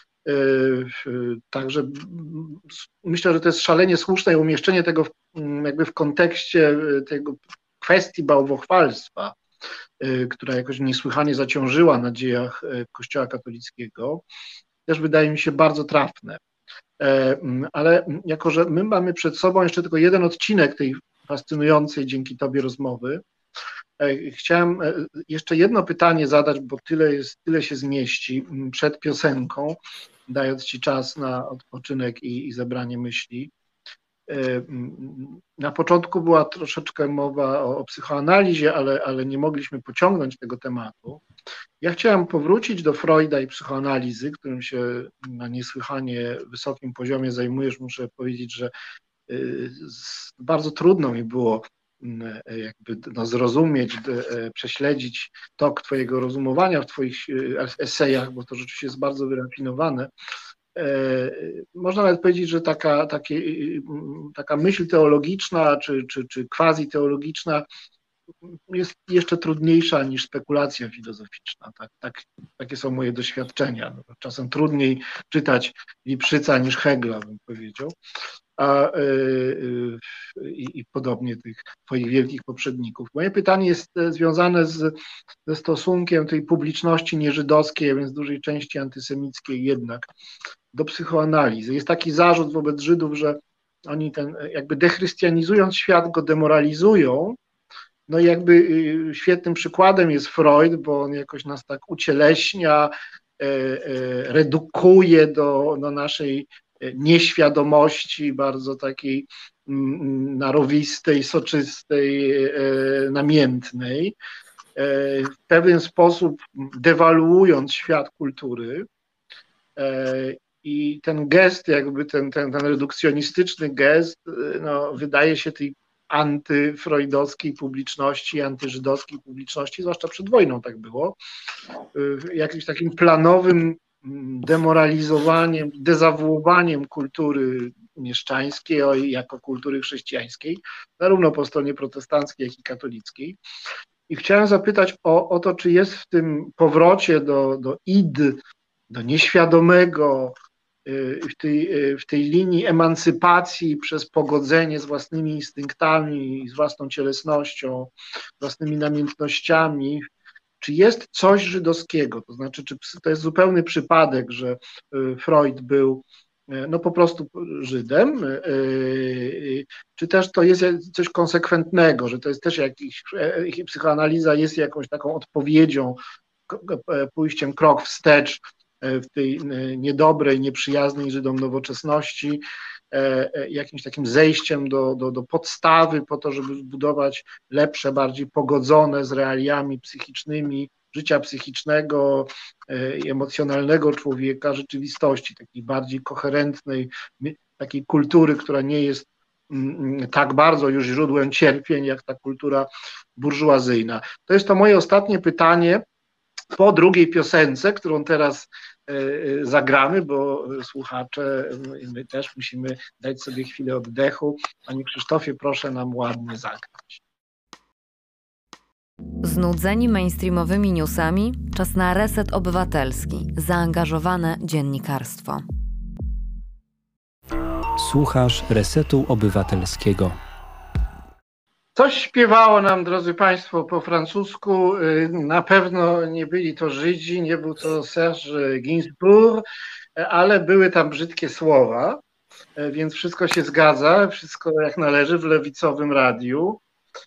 Także myślę, że to jest szalenie słuszne umieszczenie tego jakby w kontekście tego kwestii bałwochwalstwa, która jakoś niesłychanie zaciążyła na dziejach Kościoła katolickiego, też wydaje mi się bardzo trafne. Ale jako, że my mamy przed sobą jeszcze tylko jeden odcinek tej fascynującej dzięki tobie rozmowy, chciałem jeszcze jedno pytanie zadać, bo tyle, jest, tyle się zmieści przed piosenką, dając ci czas na odpoczynek i, i zebranie myśli. Na początku była troszeczkę mowa o, o psychoanalizie, ale, ale nie mogliśmy pociągnąć tego tematu. Ja chciałem powrócić do Freuda i psychoanalizy, którym się na niesłychanie wysokim poziomie zajmujesz. Muszę powiedzieć, że bardzo trudno mi było jakby no, zrozumieć, prześledzić tok twojego rozumowania w twoich esejach, bo to rzeczywiście jest bardzo wyrafinowane. Można nawet powiedzieć, że taka, takie, taka myśl teologiczna czy, czy, czy quasi-teologiczna jest jeszcze trudniejsza niż spekulacja filozoficzna. Tak, tak, takie są moje doświadczenia. Czasem trudniej czytać Lipszyca niż Hegla, bym powiedział. A, yy, yy, i podobnie tych twoich wielkich poprzedników. Moje pytanie jest związane z, ze stosunkiem tej publiczności nieżydowskiej, a więc dużej części antysemickiej jednak, do psychoanalizy. Jest taki zarzut wobec Żydów, że oni ten, jakby dechrystianizując świat, go demoralizują. No i jakby yy, świetnym przykładem jest Freud, bo on jakoś nas tak ucieleśnia, yy, yy, redukuje do, do naszej nieświadomości, bardzo takiej narowistej, soczystej, namiętnej, w pewien sposób dewaluując świat kultury. I ten gest, jakby ten, ten, ten redukcjonistyczny gest, no, wydaje się tej antyfreudowskiej publiczności, antyżydowskiej publiczności, zwłaszcza przed wojną tak było, jakimś takim planowym demoralizowaniem, dezawuowaniem kultury mieszczańskiej jako kultury chrześcijańskiej, zarówno po stronie protestanckiej, jak i katolickiej. I chciałem zapytać o, o to, czy jest w tym powrocie do, do id, do nieświadomego, w tej, w tej linii emancypacji przez pogodzenie z własnymi instynktami, z własną cielesnością, własnymi namiętnościami, czy jest coś żydowskiego, to znaczy, czy to jest zupełny przypadek, że Freud był no po prostu Żydem, czy też to jest coś konsekwentnego, że to jest też jakiś, psychoanaliza jest jakąś taką odpowiedzią, pójściem krok wstecz w tej niedobrej, nieprzyjaznej Żydom nowoczesności, jakimś takim zejściem do, do, do podstawy po to, żeby zbudować lepsze, bardziej pogodzone z realiami psychicznymi życia psychicznego i emocjonalnego człowieka rzeczywistości, takiej bardziej koherentnej, takiej kultury, która nie jest tak bardzo już źródłem cierpień, jak ta kultura burżuazyjna. To jest to moje ostatnie pytanie po drugiej piosence, którą teraz zagramy, bo słuchacze, my też musimy dać sobie chwilę oddechu. Panie Krzysztofie, proszę nam ładnie zagrać.
Znudzeni mainstreamowymi newsami? Czas na reset obywatelski, zaangażowane dziennikarstwo.
Słuchasz Resetu Obywatelskiego.
Coś śpiewało nam, drodzy Państwo, po francusku. Na pewno nie byli to Żydzi, nie był to Serge Gainsbourg, ale były tam brzydkie słowa, więc wszystko się zgadza, wszystko jak należy w lewicowym radiu.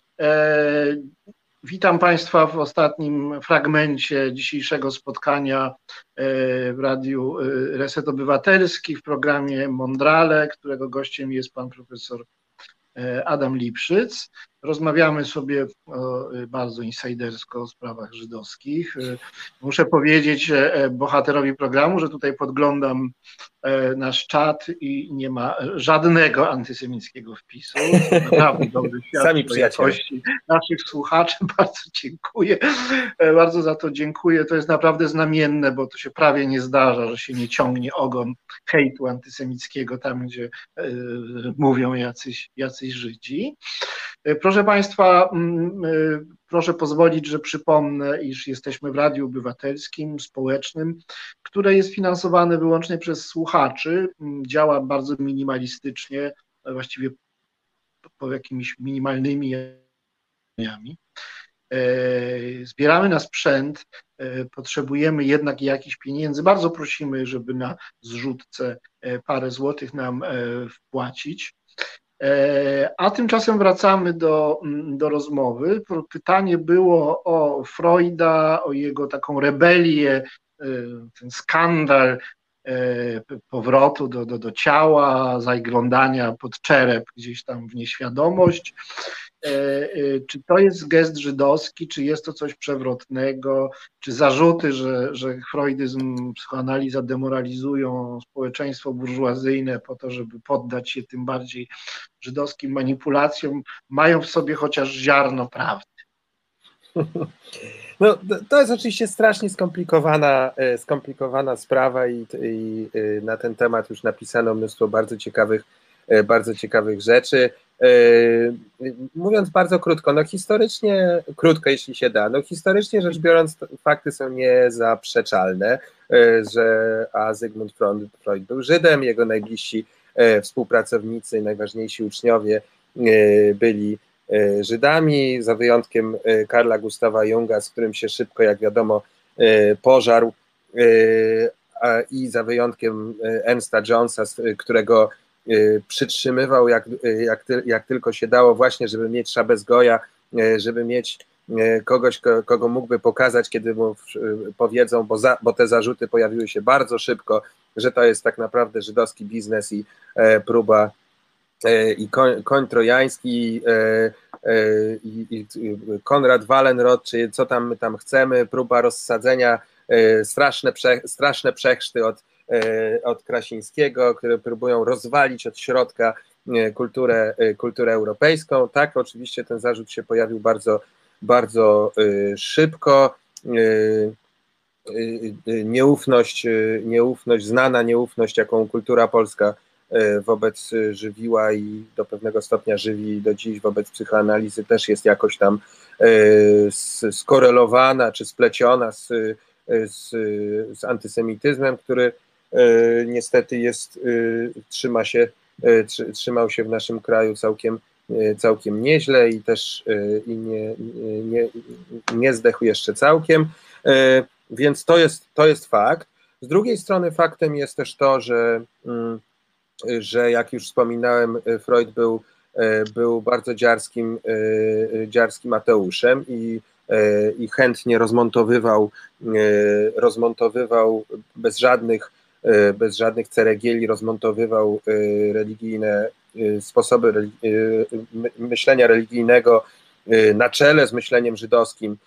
Witam Państwa w ostatnim fragmencie dzisiejszego spotkania w Radiu Reset Obywatelski w programie Mondrale, którego gościem jest pan profesor Adam Lipszyc. Rozmawiamy sobie o, bardzo insajdersko o sprawach żydowskich. Muszę powiedzieć bohaterowi programu, że tutaj podglądam nasz czat i nie ma żadnego antysemickiego wpisu. Naprawdę dobry świat jakości naszych słuchaczy. Bardzo dziękuję. Bardzo za to dziękuję. To jest naprawdę znamienne, bo to się prawie nie zdarza, że się nie ciągnie ogon hejtu antysemickiego tam, gdzie mówią jacyś, jacyś Żydzi. Proszę Państwa, proszę pozwolić, że przypomnę, iż jesteśmy w Radiu Obywatelskim, społecznym, które jest finansowane wyłącznie przez słuchaczy, działa bardzo minimalistycznie, właściwie po jakimiś minimalnymi jami. Zbieramy na sprzęt, potrzebujemy jednak jakichś pieniędzy. Bardzo prosimy, żeby na zrzutce parę złotych nam wpłacić. A tymczasem wracamy do, do rozmowy. Pytanie było o Freuda, o jego taką rebelię, ten skandal powrotu do, do, do ciała, zaglądania pod czerep gdzieś tam w nieświadomość. Czy to jest gest żydowski, czy jest to coś przewrotnego, czy zarzuty, że, że freudyzm, psychoanaliza demoralizują społeczeństwo burżuazyjne po to, żeby poddać się tym bardziej żydowskim manipulacjom, mają w sobie chociaż ziarno prawdy?
No, to jest oczywiście strasznie skomplikowana, skomplikowana sprawa i, i na ten temat już napisano mnóstwo bardzo ciekawych, bardzo ciekawych rzeczy. Mówiąc bardzo krótko, no historycznie, krótko jeśli się da, no historycznie rzecz biorąc fakty są niezaprzeczalne, że a Zygmunt Freud był Żydem, jego najbliżsi współpracownicy, najważniejsi uczniowie byli Żydami, za wyjątkiem Karla Gustawa Junga, z którym się szybko, jak wiadomo, pożarł, i za wyjątkiem Ernsta Jonesa, którego przytrzymywał jak, jak, jak tylko się dało, właśnie żeby mieć szabę z Goja, żeby mieć kogoś, kogo mógłby pokazać, kiedy mu powiedzą, bo, za, bo te zarzuty pojawiły się bardzo szybko, że to jest tak naprawdę żydowski biznes i próba i koń, koń trojański, i, i Konrad Wallenrod, czy co tam my tam chcemy, próba rozsadzenia, straszne, prze, straszne przechrzty od, od Krasińskiego, które próbują rozwalić od środka kulturę, kulturę europejską. Tak, oczywiście ten zarzut się pojawił bardzo, bardzo szybko. Nieufność, nieufność, znana nieufność, jaką kultura polska wobec żywiła i do pewnego stopnia żywi do dziś wobec psychoanalizy, też jest jakoś tam skorelowana czy spleciona z, z, z antysemityzmem, który niestety jest, trzyma się, trzymał się w naszym kraju całkiem, całkiem nieźle i też i nie, nie, nie zdechł jeszcze całkiem, więc to jest, to jest fakt. Z drugiej strony faktem jest też to, że że jak już wspominałem, Freud był, był bardzo dziarskim, dziarskim ateuszem i, i chętnie rozmontowywał, rozmontowywał bez żadnych, bez żadnych ceregieli, rozmontowywał religijne sposoby myślenia religijnego na czele z myśleniem żydowskim,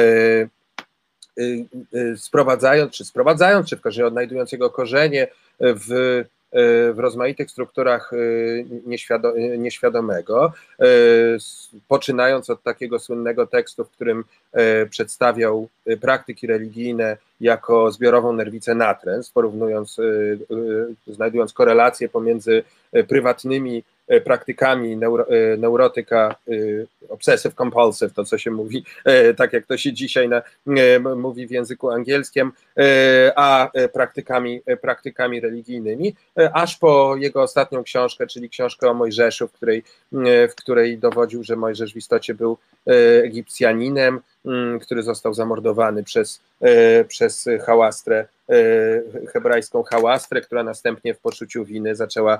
sprowadzając, czy sprowadzając, czy w każdym razie odnajdując jego korzenie w w rozmaitych strukturach nieświadomego, poczynając od takiego słynnego tekstu, w którym przedstawiał praktyki religijne jako zbiorową nerwicę natręt, porównując, znajdując korelacje pomiędzy prywatnymi praktykami neuro, neurotyka obsessive compulsive, to co się mówi, tak jak to się dzisiaj na, mówi w języku angielskim, a praktykami, praktykami religijnymi, aż po jego ostatnią książkę, czyli książkę o Mojżeszu, w której, w której dowodził, że Mojżesz w istocie był Egipcjaninem, który został zamordowany przez, przez hałastrę, hebrajską hałastrę, która następnie w poczuciu winy zaczęła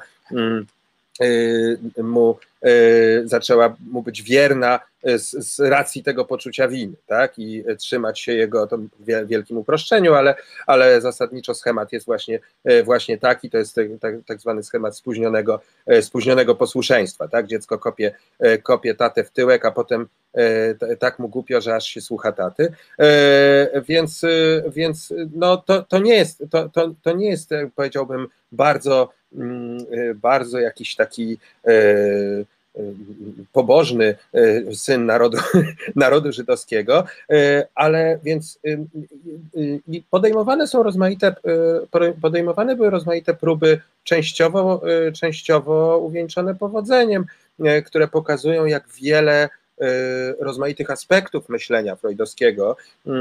mu, zaczęła mu być wierna z, z racji tego poczucia winy, tak, i trzymać się jego, to w wielkim uproszczeniu, ale, ale zasadniczo schemat jest właśnie, właśnie taki, to jest tak, tak zwany schemat spóźnionego, spóźnionego posłuszeństwa, tak, dziecko kopie, kopie tatę w tyłek, a potem tak mu głupio, że aż się słucha taty, więc, więc no to, to nie jest, to, to, to nie jest, powiedziałbym, bardzo bardzo jakiś taki pobożny syn narodu, narodu żydowskiego, ale więc podejmowane są rozmaite, podejmowane były rozmaite próby częściowo, częściowo uwieńczone powodzeniem, które pokazują, jak wiele rozmaitych aspektów myślenia freudowskiego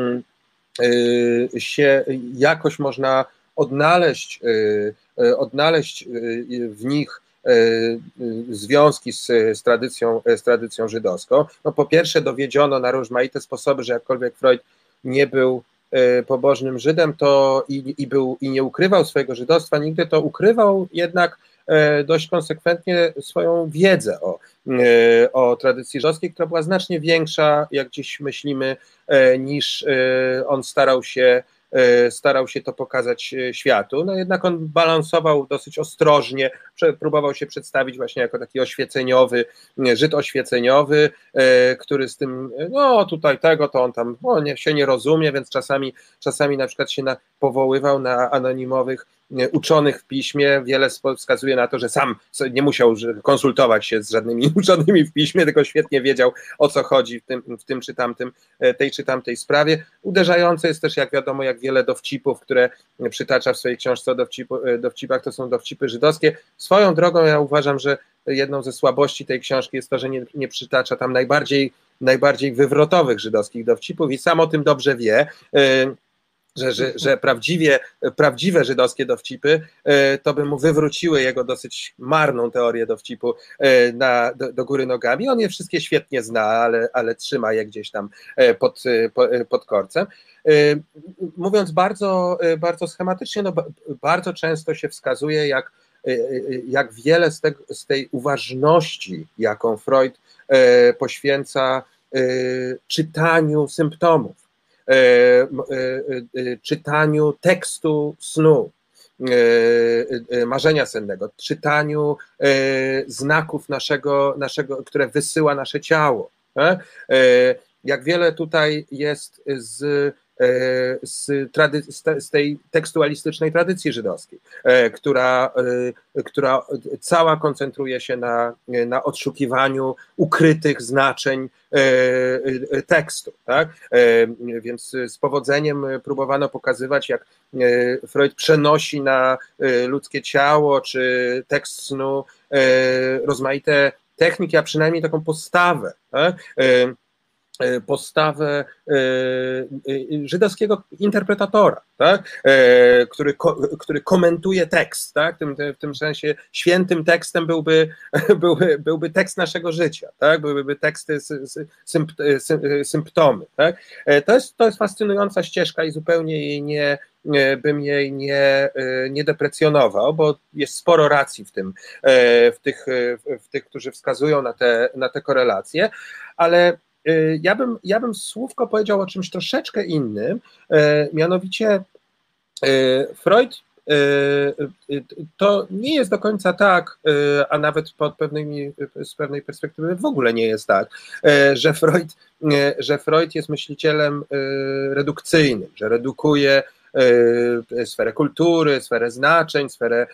się jakoś można odnaleźć, odnaleźć w nich związki z, z, tradycją, z tradycją żydowską. No po pierwsze dowiedziono na rozmaite sposoby, że jakkolwiek Freud nie był pobożnym Żydem, to i, i, był, i nie ukrywał swojego żydostwa nigdy, to ukrywał jednak dość konsekwentnie swoją wiedzę o, o tradycji żydowskiej, która była znacznie większa, jak dziś myślimy, niż on starał się starał się to pokazać światu, no jednak on balansował dosyć ostrożnie, próbował się przedstawić właśnie jako taki oświeceniowy, Żyd oświeceniowy, który z tym, no tutaj tego, to on tam no, nie, się nie rozumie, więc czasami, czasami na przykład się na, powoływał na anonimowych uczonych w piśmie. Wiele wskazuje na to, że sam nie musiał konsultować się z żadnymi uczonymi w piśmie, tylko świetnie wiedział, o co chodzi w tym, w tym czy tamtym, tej czy tamtej sprawie. Uderzające jest też, jak wiadomo, jak wiele dowcipów, które przytacza w swojej książce o dowcipu, dowcipach, to są dowcipy żydowskie. Swoją drogą ja uważam, że jedną ze słabości tej książki jest to, że nie, nie przytacza tam najbardziej, najbardziej wywrotowych żydowskich dowcipów i sam o tym dobrze wie, że, że, że prawdziwie, prawdziwe żydowskie dowcipy to by mu wywróciły jego dosyć marną teorię dowcipu na, do, do góry nogami. On je wszystkie świetnie zna, ale, ale trzyma je gdzieś tam pod, pod korcem. Mówiąc bardzo, bardzo schematycznie, no bardzo często się wskazuje, jak, jak wiele z, tego, z tej uważności, jaką Freud poświęca czytaniu symptomów, czytaniu tekstu snu, marzenia sennego, czytaniu znaków naszego, naszego, które wysyła nasze ciało. Jak wiele tutaj jest z, z, trady- z tej tekstualistycznej tradycji żydowskiej, która, która cała koncentruje się na, na odszukiwaniu ukrytych znaczeń tekstu. Tak? Więc z powodzeniem próbowano pokazywać, jak Freud przenosi na ludzkie ciało czy tekst snu rozmaite techniki, a przynajmniej taką postawę. Tak? postawę żydowskiego interpretatora, tak? który, który komentuje tekst. Tak? W, tym, w tym sensie świętym tekstem byłby, byłby, byłby tekst naszego życia, tak? Byłyby teksty, symp, symptomy. Tak? To, jest, to jest fascynująca ścieżka i zupełnie jej nie, bym jej nie, nie deprecjonował, bo jest sporo racji w tym, w tych, w tych którzy wskazują na te, na te korelacje, ale Ja bym, ja bym słówko powiedział o czymś troszeczkę innym, mianowicie Freud to nie jest do końca tak, a nawet pod pewnymi, z pewnej perspektywy w ogóle nie jest tak, że Freud, że Freud jest myślicielem redukcyjnym, że redukuje sferę kultury, sferę znaczeń, sferę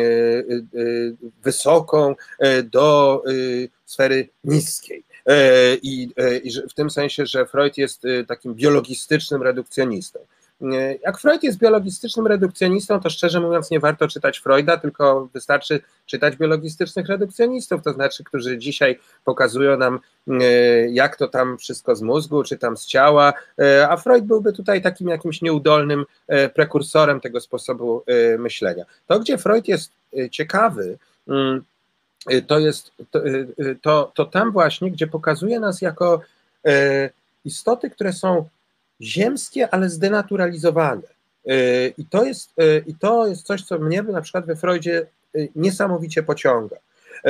wysoką do sfery niskiej. I, I w tym sensie, że Freud jest takim biologistycznym redukcjonistą. Jak Freud jest biologistycznym redukcjonistą, to szczerze mówiąc nie warto czytać Freuda, tylko wystarczy czytać biologistycznych redukcjonistów, to znaczy, którzy dzisiaj pokazują nam, jak to tam wszystko z mózgu, czy tam z ciała, a Freud byłby tutaj takim jakimś nieudolnym prekursorem tego sposobu myślenia. To, gdzie Freud jest ciekawy, to jest to, to, to tam właśnie, gdzie pokazuje nas jako istoty, które są ziemskie, ale zdenaturalizowane. I to jest, i to jest coś, co mnie na przykład we Freudzie niesamowicie pociąga.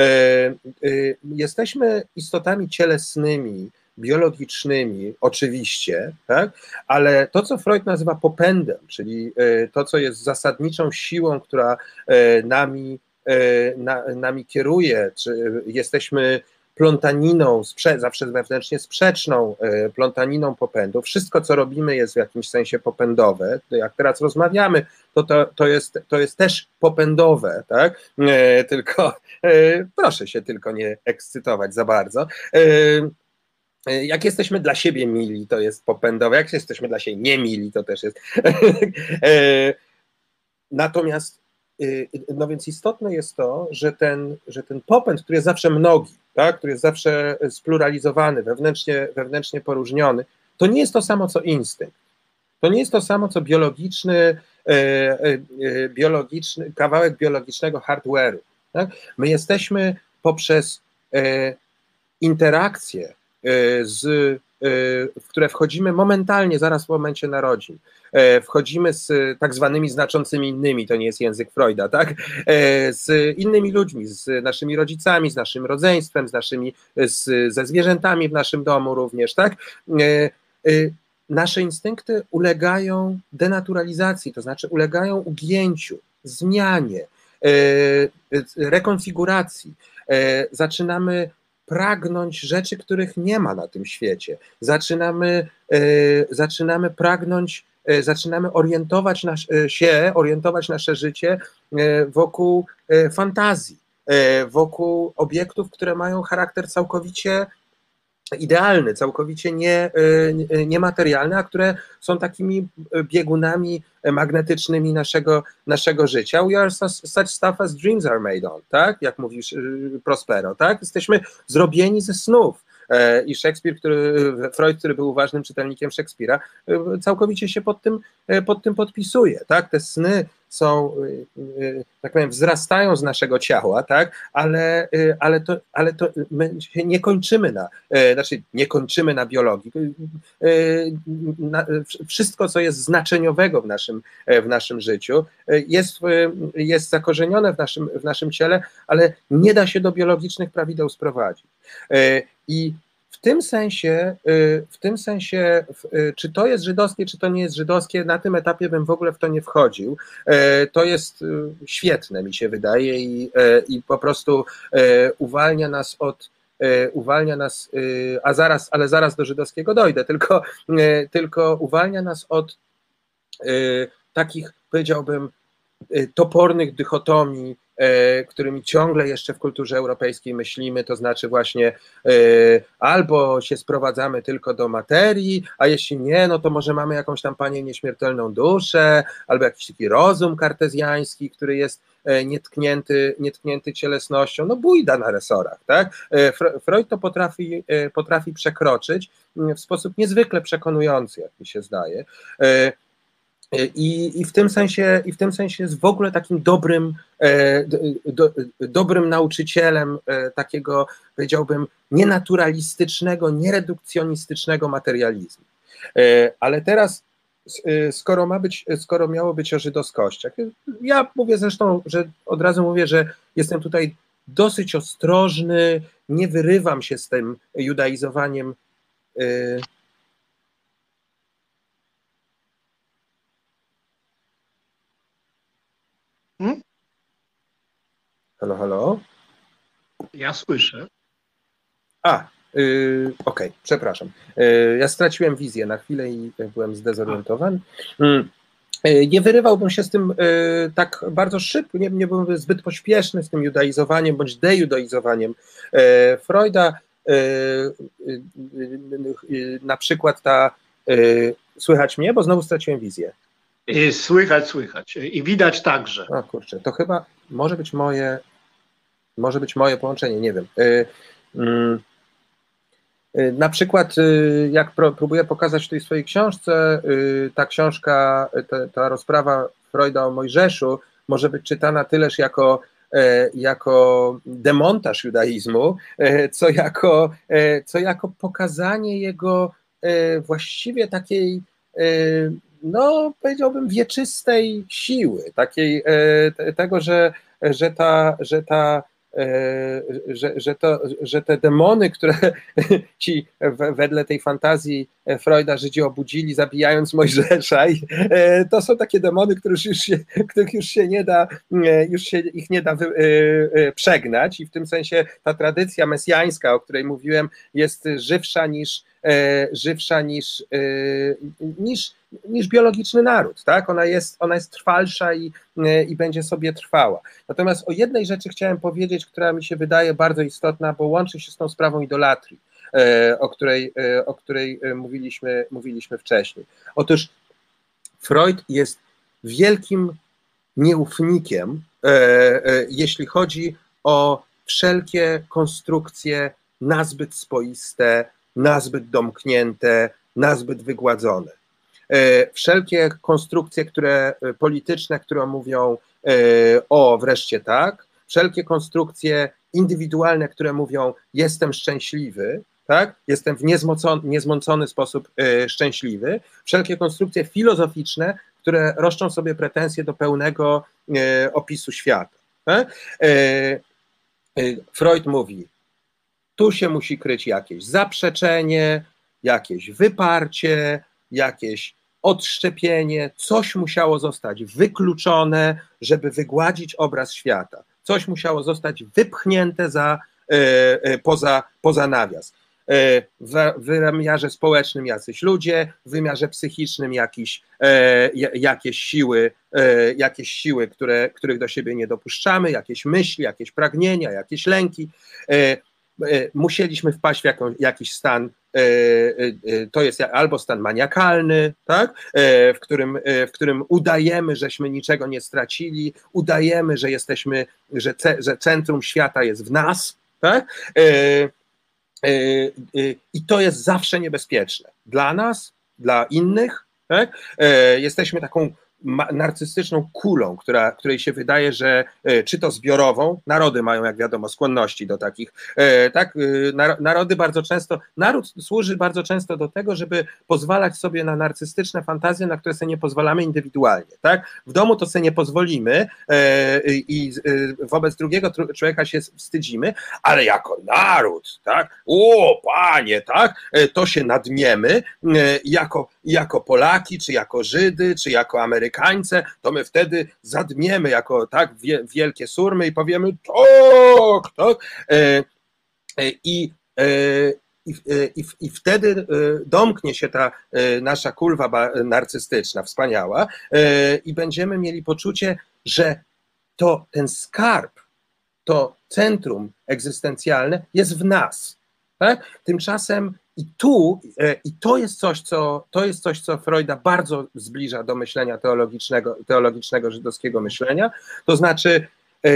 Jesteśmy istotami cielesnymi, biologicznymi, oczywiście, tak? Ale to, co Freud nazywa popędem, czyli to, co jest zasadniczą siłą, która nami Na, nami kieruje, czy jesteśmy plątaniną, sprze- zawsze wewnętrznie sprzeczną plątaniną popędu. Wszystko, co robimy, jest w jakimś sensie popędowe. Jak teraz rozmawiamy, to to, to, jest, to jest też popędowe, tak? E, tylko e, proszę się tylko nie ekscytować za bardzo. E, Jak jesteśmy dla siebie mili, to jest popędowe. Jak jesteśmy dla siebie niemili, to też jest. e, natomiast No więc istotne jest to, że ten, że ten popęd, który jest zawsze mnogi, tak, który jest zawsze spluralizowany, wewnętrznie, wewnętrznie poróżniony, to nie jest to samo co instynkt. To nie jest to samo co biologiczny, e, e, biologiczny kawałek biologicznego hardware'u. Tak? My jesteśmy poprzez e, interakcje e, z w które wchodzimy momentalnie, zaraz w momencie narodzin. Wchodzimy z tak zwanymi znaczącymi innymi, to nie jest język Freuda, tak? Z innymi ludźmi, z naszymi rodzicami, z naszym rodzeństwem, z naszymi, z, ze zwierzętami w naszym domu również, tak? nasze instynkty ulegają denaturalizacji, to znaczy ulegają ugięciu, zmianie, rekonfiguracji. Zaczynamy pragnąć rzeczy, których nie ma na tym świecie. Zaczynamy, zaczynamy pragnąć, zaczynamy orientować nas, się, orientować nasze życie wokół fantazji, wokół obiektów, które mają charakter całkowicie idealny, całkowicie nie, niematerialny, a które są takimi biegunami magnetycznymi naszego, naszego życia. We are such stuff as dreams are made on, tak? Jak mówisz Prospero, tak? Jesteśmy zrobieni ze snów. I Szekspir, który, Freud, który był uważnym czytelnikiem Szekspira, całkowicie się pod tym, pod tym podpisuje, tak? Te sny są, tak powiem, wzrastają z naszego ciała, tak? Ale, ale, to, ale to my się nie kończymy na, znaczy nie kończymy na biologii. Na, wszystko, co jest znaczeniowego w naszym, w naszym życiu, jest, jest zakorzenione w naszym, w naszym ciele, ale nie da się do biologicznych prawideł sprowadzić. I w tym sensie, w tym sensie, czy to jest żydowskie, czy to nie jest żydowskie, na tym etapie bym w ogóle w to nie wchodził. To jest świetne, mi się wydaje, i, i po prostu uwalnia nas od, uwalnia nas, a zaraz, ale zaraz do żydowskiego dojdę, tylko, tylko uwalnia nas od takich, powiedziałbym, topornych dychotomii, którymi ciągle jeszcze w kulturze europejskiej myślimy, to znaczy właśnie albo się sprowadzamy tylko do materii, a jeśli nie, no to może mamy jakąś tam Panię nieśmiertelną duszę, albo jakiś taki rozum kartezjański, który jest nietknięty, nietknięty cielesnością, no bójda na resorach, tak? Freud to potrafi, potrafi przekroczyć w sposób niezwykle przekonujący, jak mi się zdaje. I, i, w tym sensie, I w tym sensie jest w ogóle takim dobrym, do, dobrym nauczycielem takiego, powiedziałbym, nienaturalistycznego, nieredukcjonistycznego materializmu. Ale teraz, skoro ma być, skoro miało być o żydowskościach, ja mówię zresztą, że od razu mówię, że jestem tutaj dosyć ostrożny, nie wyrywam się z tym judaizowaniem.
Hmm?
Halo, halo?
Ja słyszę.
A, yy, okej, okay, przepraszam. Yy, ja straciłem wizję na chwilę i byłem zdezorientowany. Yy, nie wyrywałbym się z tym yy, tak bardzo szybko, nie, nie byłbym zbyt pośpieszny z tym judaizowaniem bądź dejudaizowaniem yy, Freuda. Yy, yy, yy, na przykład ta, yy, słychać mnie, bo znowu straciłem wizję.
Słychać, słychać i widać także.
O kurczę, to chyba może być moje, może być moje połączenie, nie wiem. Yy, yy, yy, na przykład, yy, jak pro, próbuję pokazać w tej swojej książce, yy, ta książka, ta, ta rozprawa Freuda o Mojżeszu może być czytana tyleż jako, yy, jako demontaż judaizmu, yy, co, jako, yy, co jako pokazanie jego yy, właściwie takiej yy, no powiedziałbym wieczystej siły, takiej e, tego, że, że ta, że ta e, że, że, to, że te demony, które ci w, wedle tej fantazji Freuda Żydzi obudzili, zabijając Mojżesza, i, e, to są takie demony, których już się, których już się nie da, już się ich nie da wy, e, przegnać, i w tym sensie ta tradycja mesjańska, o której mówiłem, jest żywsza niż żywsza niż, niż, niż biologiczny naród, tak? Ona jest, ona jest trwalsza i, i będzie sobie trwała. Natomiast o jednej rzeczy chciałem powiedzieć, która mi się wydaje bardzo istotna, bo łączy się z tą sprawą idolatrii, o której, o której mówiliśmy, mówiliśmy wcześniej. Otóż Freud jest wielkim nieufnikiem, jeśli chodzi o wszelkie konstrukcje nazbyt swoiste, nazbyt domknięte, nazbyt wygładzone. Wszelkie konstrukcje, które polityczne, które mówią o wreszcie tak, wszelkie konstrukcje indywidualne, które mówią jestem szczęśliwy, tak, jestem w niezmocony, niezmącony sposób szczęśliwy, wszelkie konstrukcje filozoficzne, które roszczą sobie pretensje do pełnego opisu świata. Tak? Freud mówi, tu się musi kryć jakieś zaprzeczenie, jakieś wyparcie, jakieś odszczepienie, coś musiało zostać wykluczone, żeby wygładzić obraz świata. Coś musiało zostać wypchnięte za, poza, poza nawias. W wymiarze społecznym jacyś ludzie, w wymiarze psychicznym jakiś, jakieś siły, jakieś siły, które, których do siebie nie dopuszczamy, jakieś myśli, jakieś pragnienia, jakieś lęki. Musieliśmy wpaść w jaką, jakiś stan, to jest albo stan maniakalny, tak? w, którym, w którym udajemy, żeśmy niczego nie stracili, udajemy, że jesteśmy, że, ce, że centrum świata jest w nas, tak? I to jest zawsze niebezpieczne dla nas, dla innych, tak? Jesteśmy taką narcystyczną kulą, która, której się wydaje, że czy to zbiorową, narody mają, jak wiadomo, skłonności do takich, tak, narody bardzo często, naród służy bardzo często do tego, żeby pozwalać sobie na narcystyczne fantazje, na które sobie nie pozwalamy indywidualnie, tak, w domu to sobie nie pozwolimy i wobec drugiego człowieka się wstydzimy, ale jako naród, tak, o panie, tak, to się nadmiemy, jako, jako Polaki, czy jako Żydy, czy jako Amerykanie, Amerykańce, to my wtedy zadmiemy jako tak wielkie surmy i powiemy tak, tak. I, i, i, i wtedy domknie się ta nasza kulwa narcystyczna, wspaniała, i będziemy mieli poczucie, że to ten skarb, to centrum egzystencjalne jest w nas. Tak? Tymczasem i tu, i to jest coś, co, to jest coś, co Freuda bardzo zbliża do myślenia teologicznego, teologicznego żydowskiego myślenia, to znaczy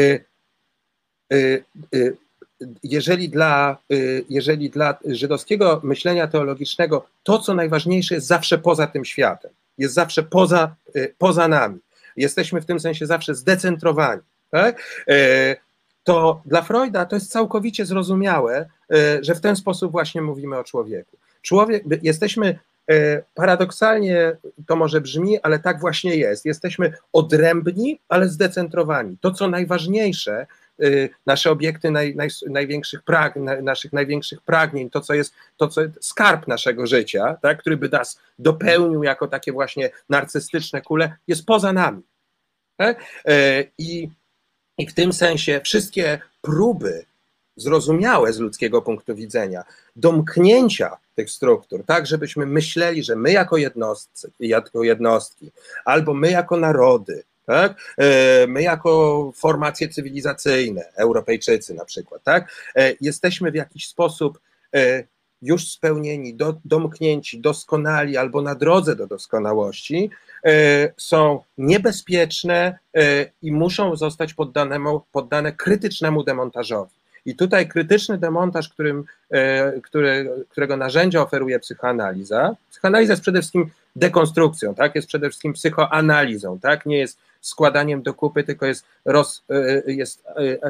jeżeli dla, jeżeli dla żydowskiego myślenia teologicznego to, co najważniejsze, jest zawsze poza tym światem, jest zawsze poza, poza nami, jesteśmy w tym sensie zawsze zdecentrowani, tak? To dla Freuda to jest całkowicie zrozumiałe, że w ten sposób właśnie mówimy o człowieku. Człowiek, jesteśmy paradoksalnie, to może brzmi, ale tak właśnie jest. Jesteśmy odrębni, ale zdecentrowani. To, co najważniejsze, nasze obiekty naj, naj, największych prag, naszych największych pragnień, to, co jest, to, co jest skarb naszego życia, tak, który by nas dopełnił jako takie właśnie narcystyczne kule, jest poza nami. Tak? I I w tym sensie wszystkie próby zrozumiałe z ludzkiego punktu widzenia domknięcia tych struktur, tak żebyśmy myśleli, że my jako jednostcy, jako jednostki, albo my jako narody, tak, my jako formacje cywilizacyjne, Europejczycy na przykład, tak, jesteśmy w jakiś sposób już spełnieni, do, domknięci, doskonali albo na drodze do doskonałości, są niebezpieczne i muszą zostać poddanemu, poddane krytycznemu demontażowi. I tutaj krytyczny demontaż, którym, który, którego narzędzia oferuje psychoanaliza, psychoanaliza jest przede wszystkim dekonstrukcją, tak? Jest przede wszystkim psychoanalizą, tak? Nie jest składaniem do kupy, tylko jest, roz, jest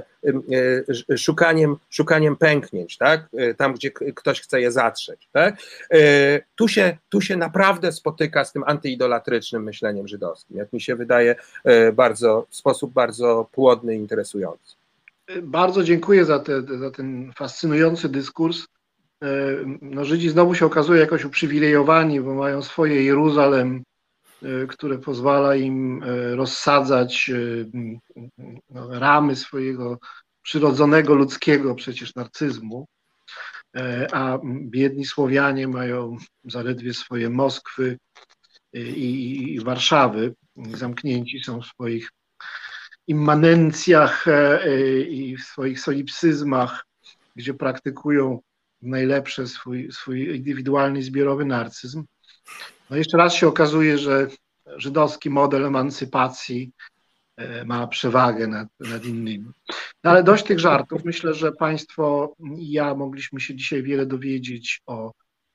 szukaniem, szukaniem pęknięć, tak? Tam, gdzie ktoś chce je zatrzeć. Tak? Tu, się, tu się naprawdę spotyka z tym antyidołatrycznym myśleniem żydowskim, jak mi się wydaje, bardzo, w sposób bardzo płodny i interesujący.
Bardzo dziękuję za, te, za ten fascynujący dyskurs. No, Żydzi znowu się okazują jakoś uprzywilejowani, bo mają swoje Jeruzalem, które pozwala im rozsadzać no, ramy swojego przyrodzonego, ludzkiego przecież narcyzmu, a biedni Słowianie mają zaledwie swoje Moskwy i, i Warszawy, zamknięci są w swoich immanencjach i w swoich solipsyzmach, gdzie praktykują najlepsze swój, swój indywidualny, zbiorowy narcyzm. No jeszcze raz się okazuje, że żydowski model emancypacji ma przewagę nad, nad innymi. No ale dość tych żartów. Myślę, że Państwo i ja mogliśmy się dzisiaj wiele dowiedzieć o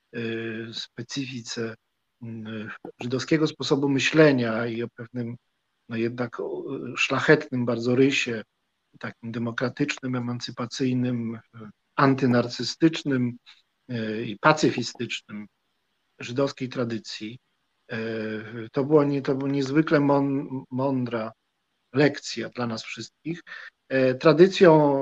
specyfice żydowskiego sposobu myślenia i o pewnym, no jednak szlachetnym bardzo rysie, takim demokratycznym, emancypacyjnym, antynarcystycznym i pacyfistycznym żydowskiej tradycji. To była, nie, to była niezwykle mądra lekcja dla nas wszystkich. Tradycją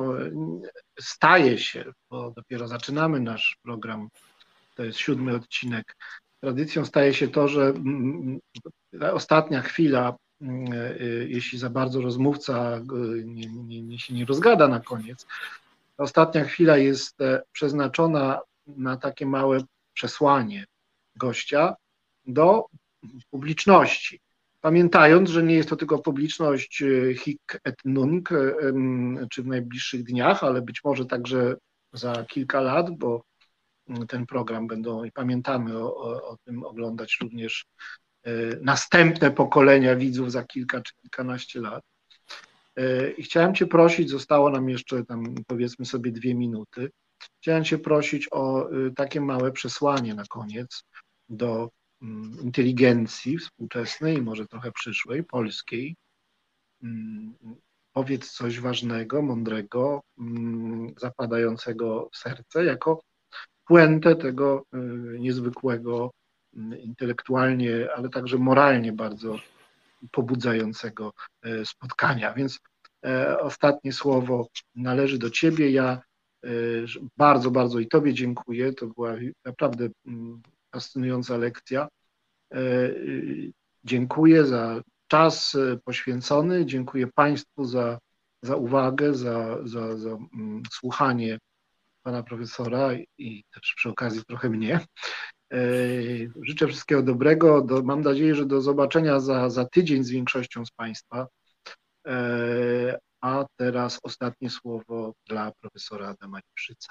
staje się, bo dopiero zaczynamy nasz program, to jest siódmy odcinek, tradycją staje się to, że ostatnia chwila, jeśli za bardzo rozmówca nie, nie, nie się nie rozgada na koniec, ostatnia chwila jest przeznaczona na takie małe przesłanie gościa do publiczności. Pamiętając, że nie jest to tylko publiczność hic et nunc, czy w najbliższych dniach, ale być może także za kilka lat, bo ten program będą i pamiętamy o, o, o tym oglądać również następne pokolenia widzów za kilka czy kilkanaście lat. I chciałem Cię prosić, zostało nam jeszcze tam powiedzmy sobie dwie minuty, chciałem Cię prosić o takie małe przesłanie na koniec do inteligencji współczesnej i może trochę przyszłej, polskiej. Powiedz coś ważnego, mądrego, zapadającego w serce, jako puentę tego niezwykłego, intelektualnie, ale także moralnie bardzo pobudzającego spotkania. Więc ostatnie słowo należy do Ciebie. Ja bardzo, bardzo i Tobie dziękuję. To była naprawdę fascynująca lekcja. Dziękuję za czas poświęcony, dziękuję Państwu za, za uwagę, za, za, za słuchanie Pana Profesora i też przy okazji trochę mnie. Życzę wszystkiego dobrego. Do, mam nadzieję, że do zobaczenia za, za tydzień z większością z Państwa. A teraz ostatnie słowo dla profesora Adama Cieszyca.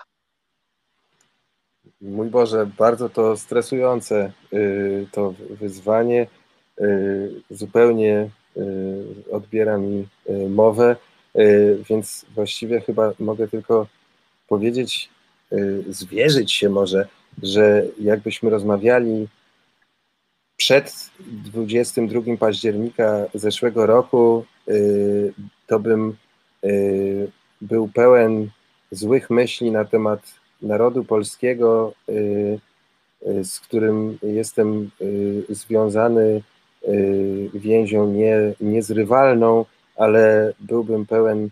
Mój Boże, bardzo to stresujące to wyzwanie. Zupełnie odbiera mi mowę, więc właściwie chyba mogę tylko powiedzieć, zwierzyć się może, że jakbyśmy rozmawiali przed dwudziestego drugiego października zeszłego roku, to bym był pełen złych myśli na temat narodu polskiego, z którym jestem związany więzią nie, niezrywalną, ale byłbym pełen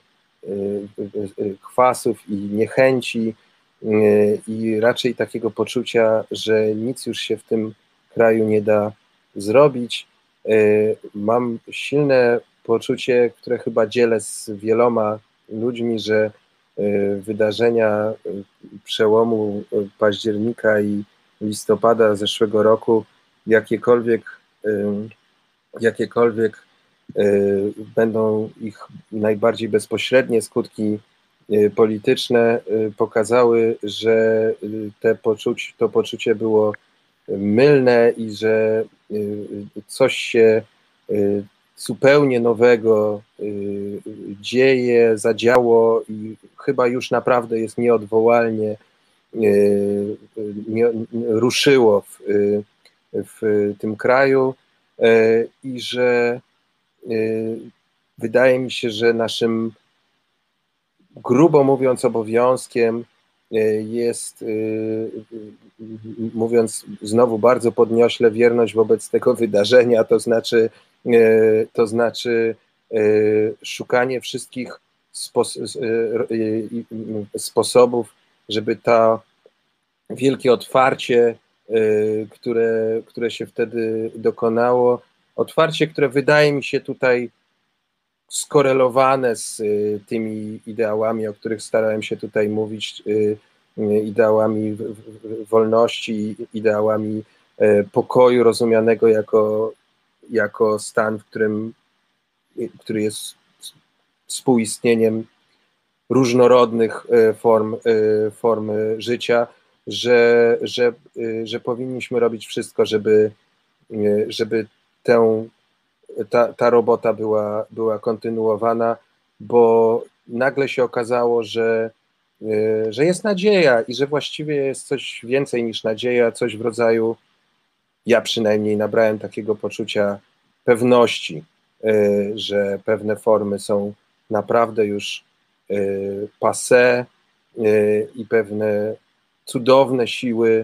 kwasów i niechęci i raczej takiego poczucia, że nic już się w tym kraju nie da zrobić. Mam silne poczucie, które chyba dzielę z wieloma ludźmi, że wydarzenia przełomu października i listopada zeszłego roku, jakiekolwiek, jakiekolwiek będą ich najbardziej bezpośrednie skutki polityczne, pokazały, że te poczucie, to poczucie było mylne i że coś się zupełnie nowego dzieje, zadziało i chyba już naprawdę jest nieodwołalnie nie, ruszyło w, w tym kraju i że wydaje mi się, że naszym, grubo mówiąc, obowiązkiem jest, mówiąc znowu bardzo podniośle, wierność wobec tego wydarzenia, to znaczy, to znaczy szukanie wszystkich spos sposobów, żeby to wielkie otwarcie, które, które się wtedy dokonało, otwarcie, które wydaje mi się tutaj skorelowane z tymi ideałami, o których starałem się tutaj mówić, ideałami wolności, ideałami pokoju rozumianego jako, jako stan, w którym, który jest współistnieniem różnorodnych form, form życia, że, że, że powinniśmy robić wszystko, żeby, żeby tę, ta, ta robota była, była kontynuowana, bo nagle się okazało, że, że jest nadzieja i że właściwie jest coś więcej niż nadzieja, coś w rodzaju, ja przynajmniej nabrałem takiego poczucia pewności, że pewne formy są naprawdę już passé i pewne cudowne siły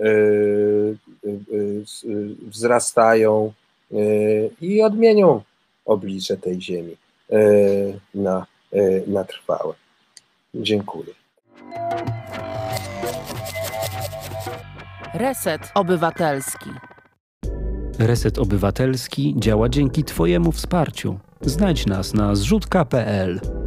wzrastają i odmienią oblicze tej ziemi na, na trwałe. Dziękuję.
Reset Obywatelski.
Reset Obywatelski działa dzięki Twojemu wsparciu. Znajdź nas na zrzutka kropka pe el.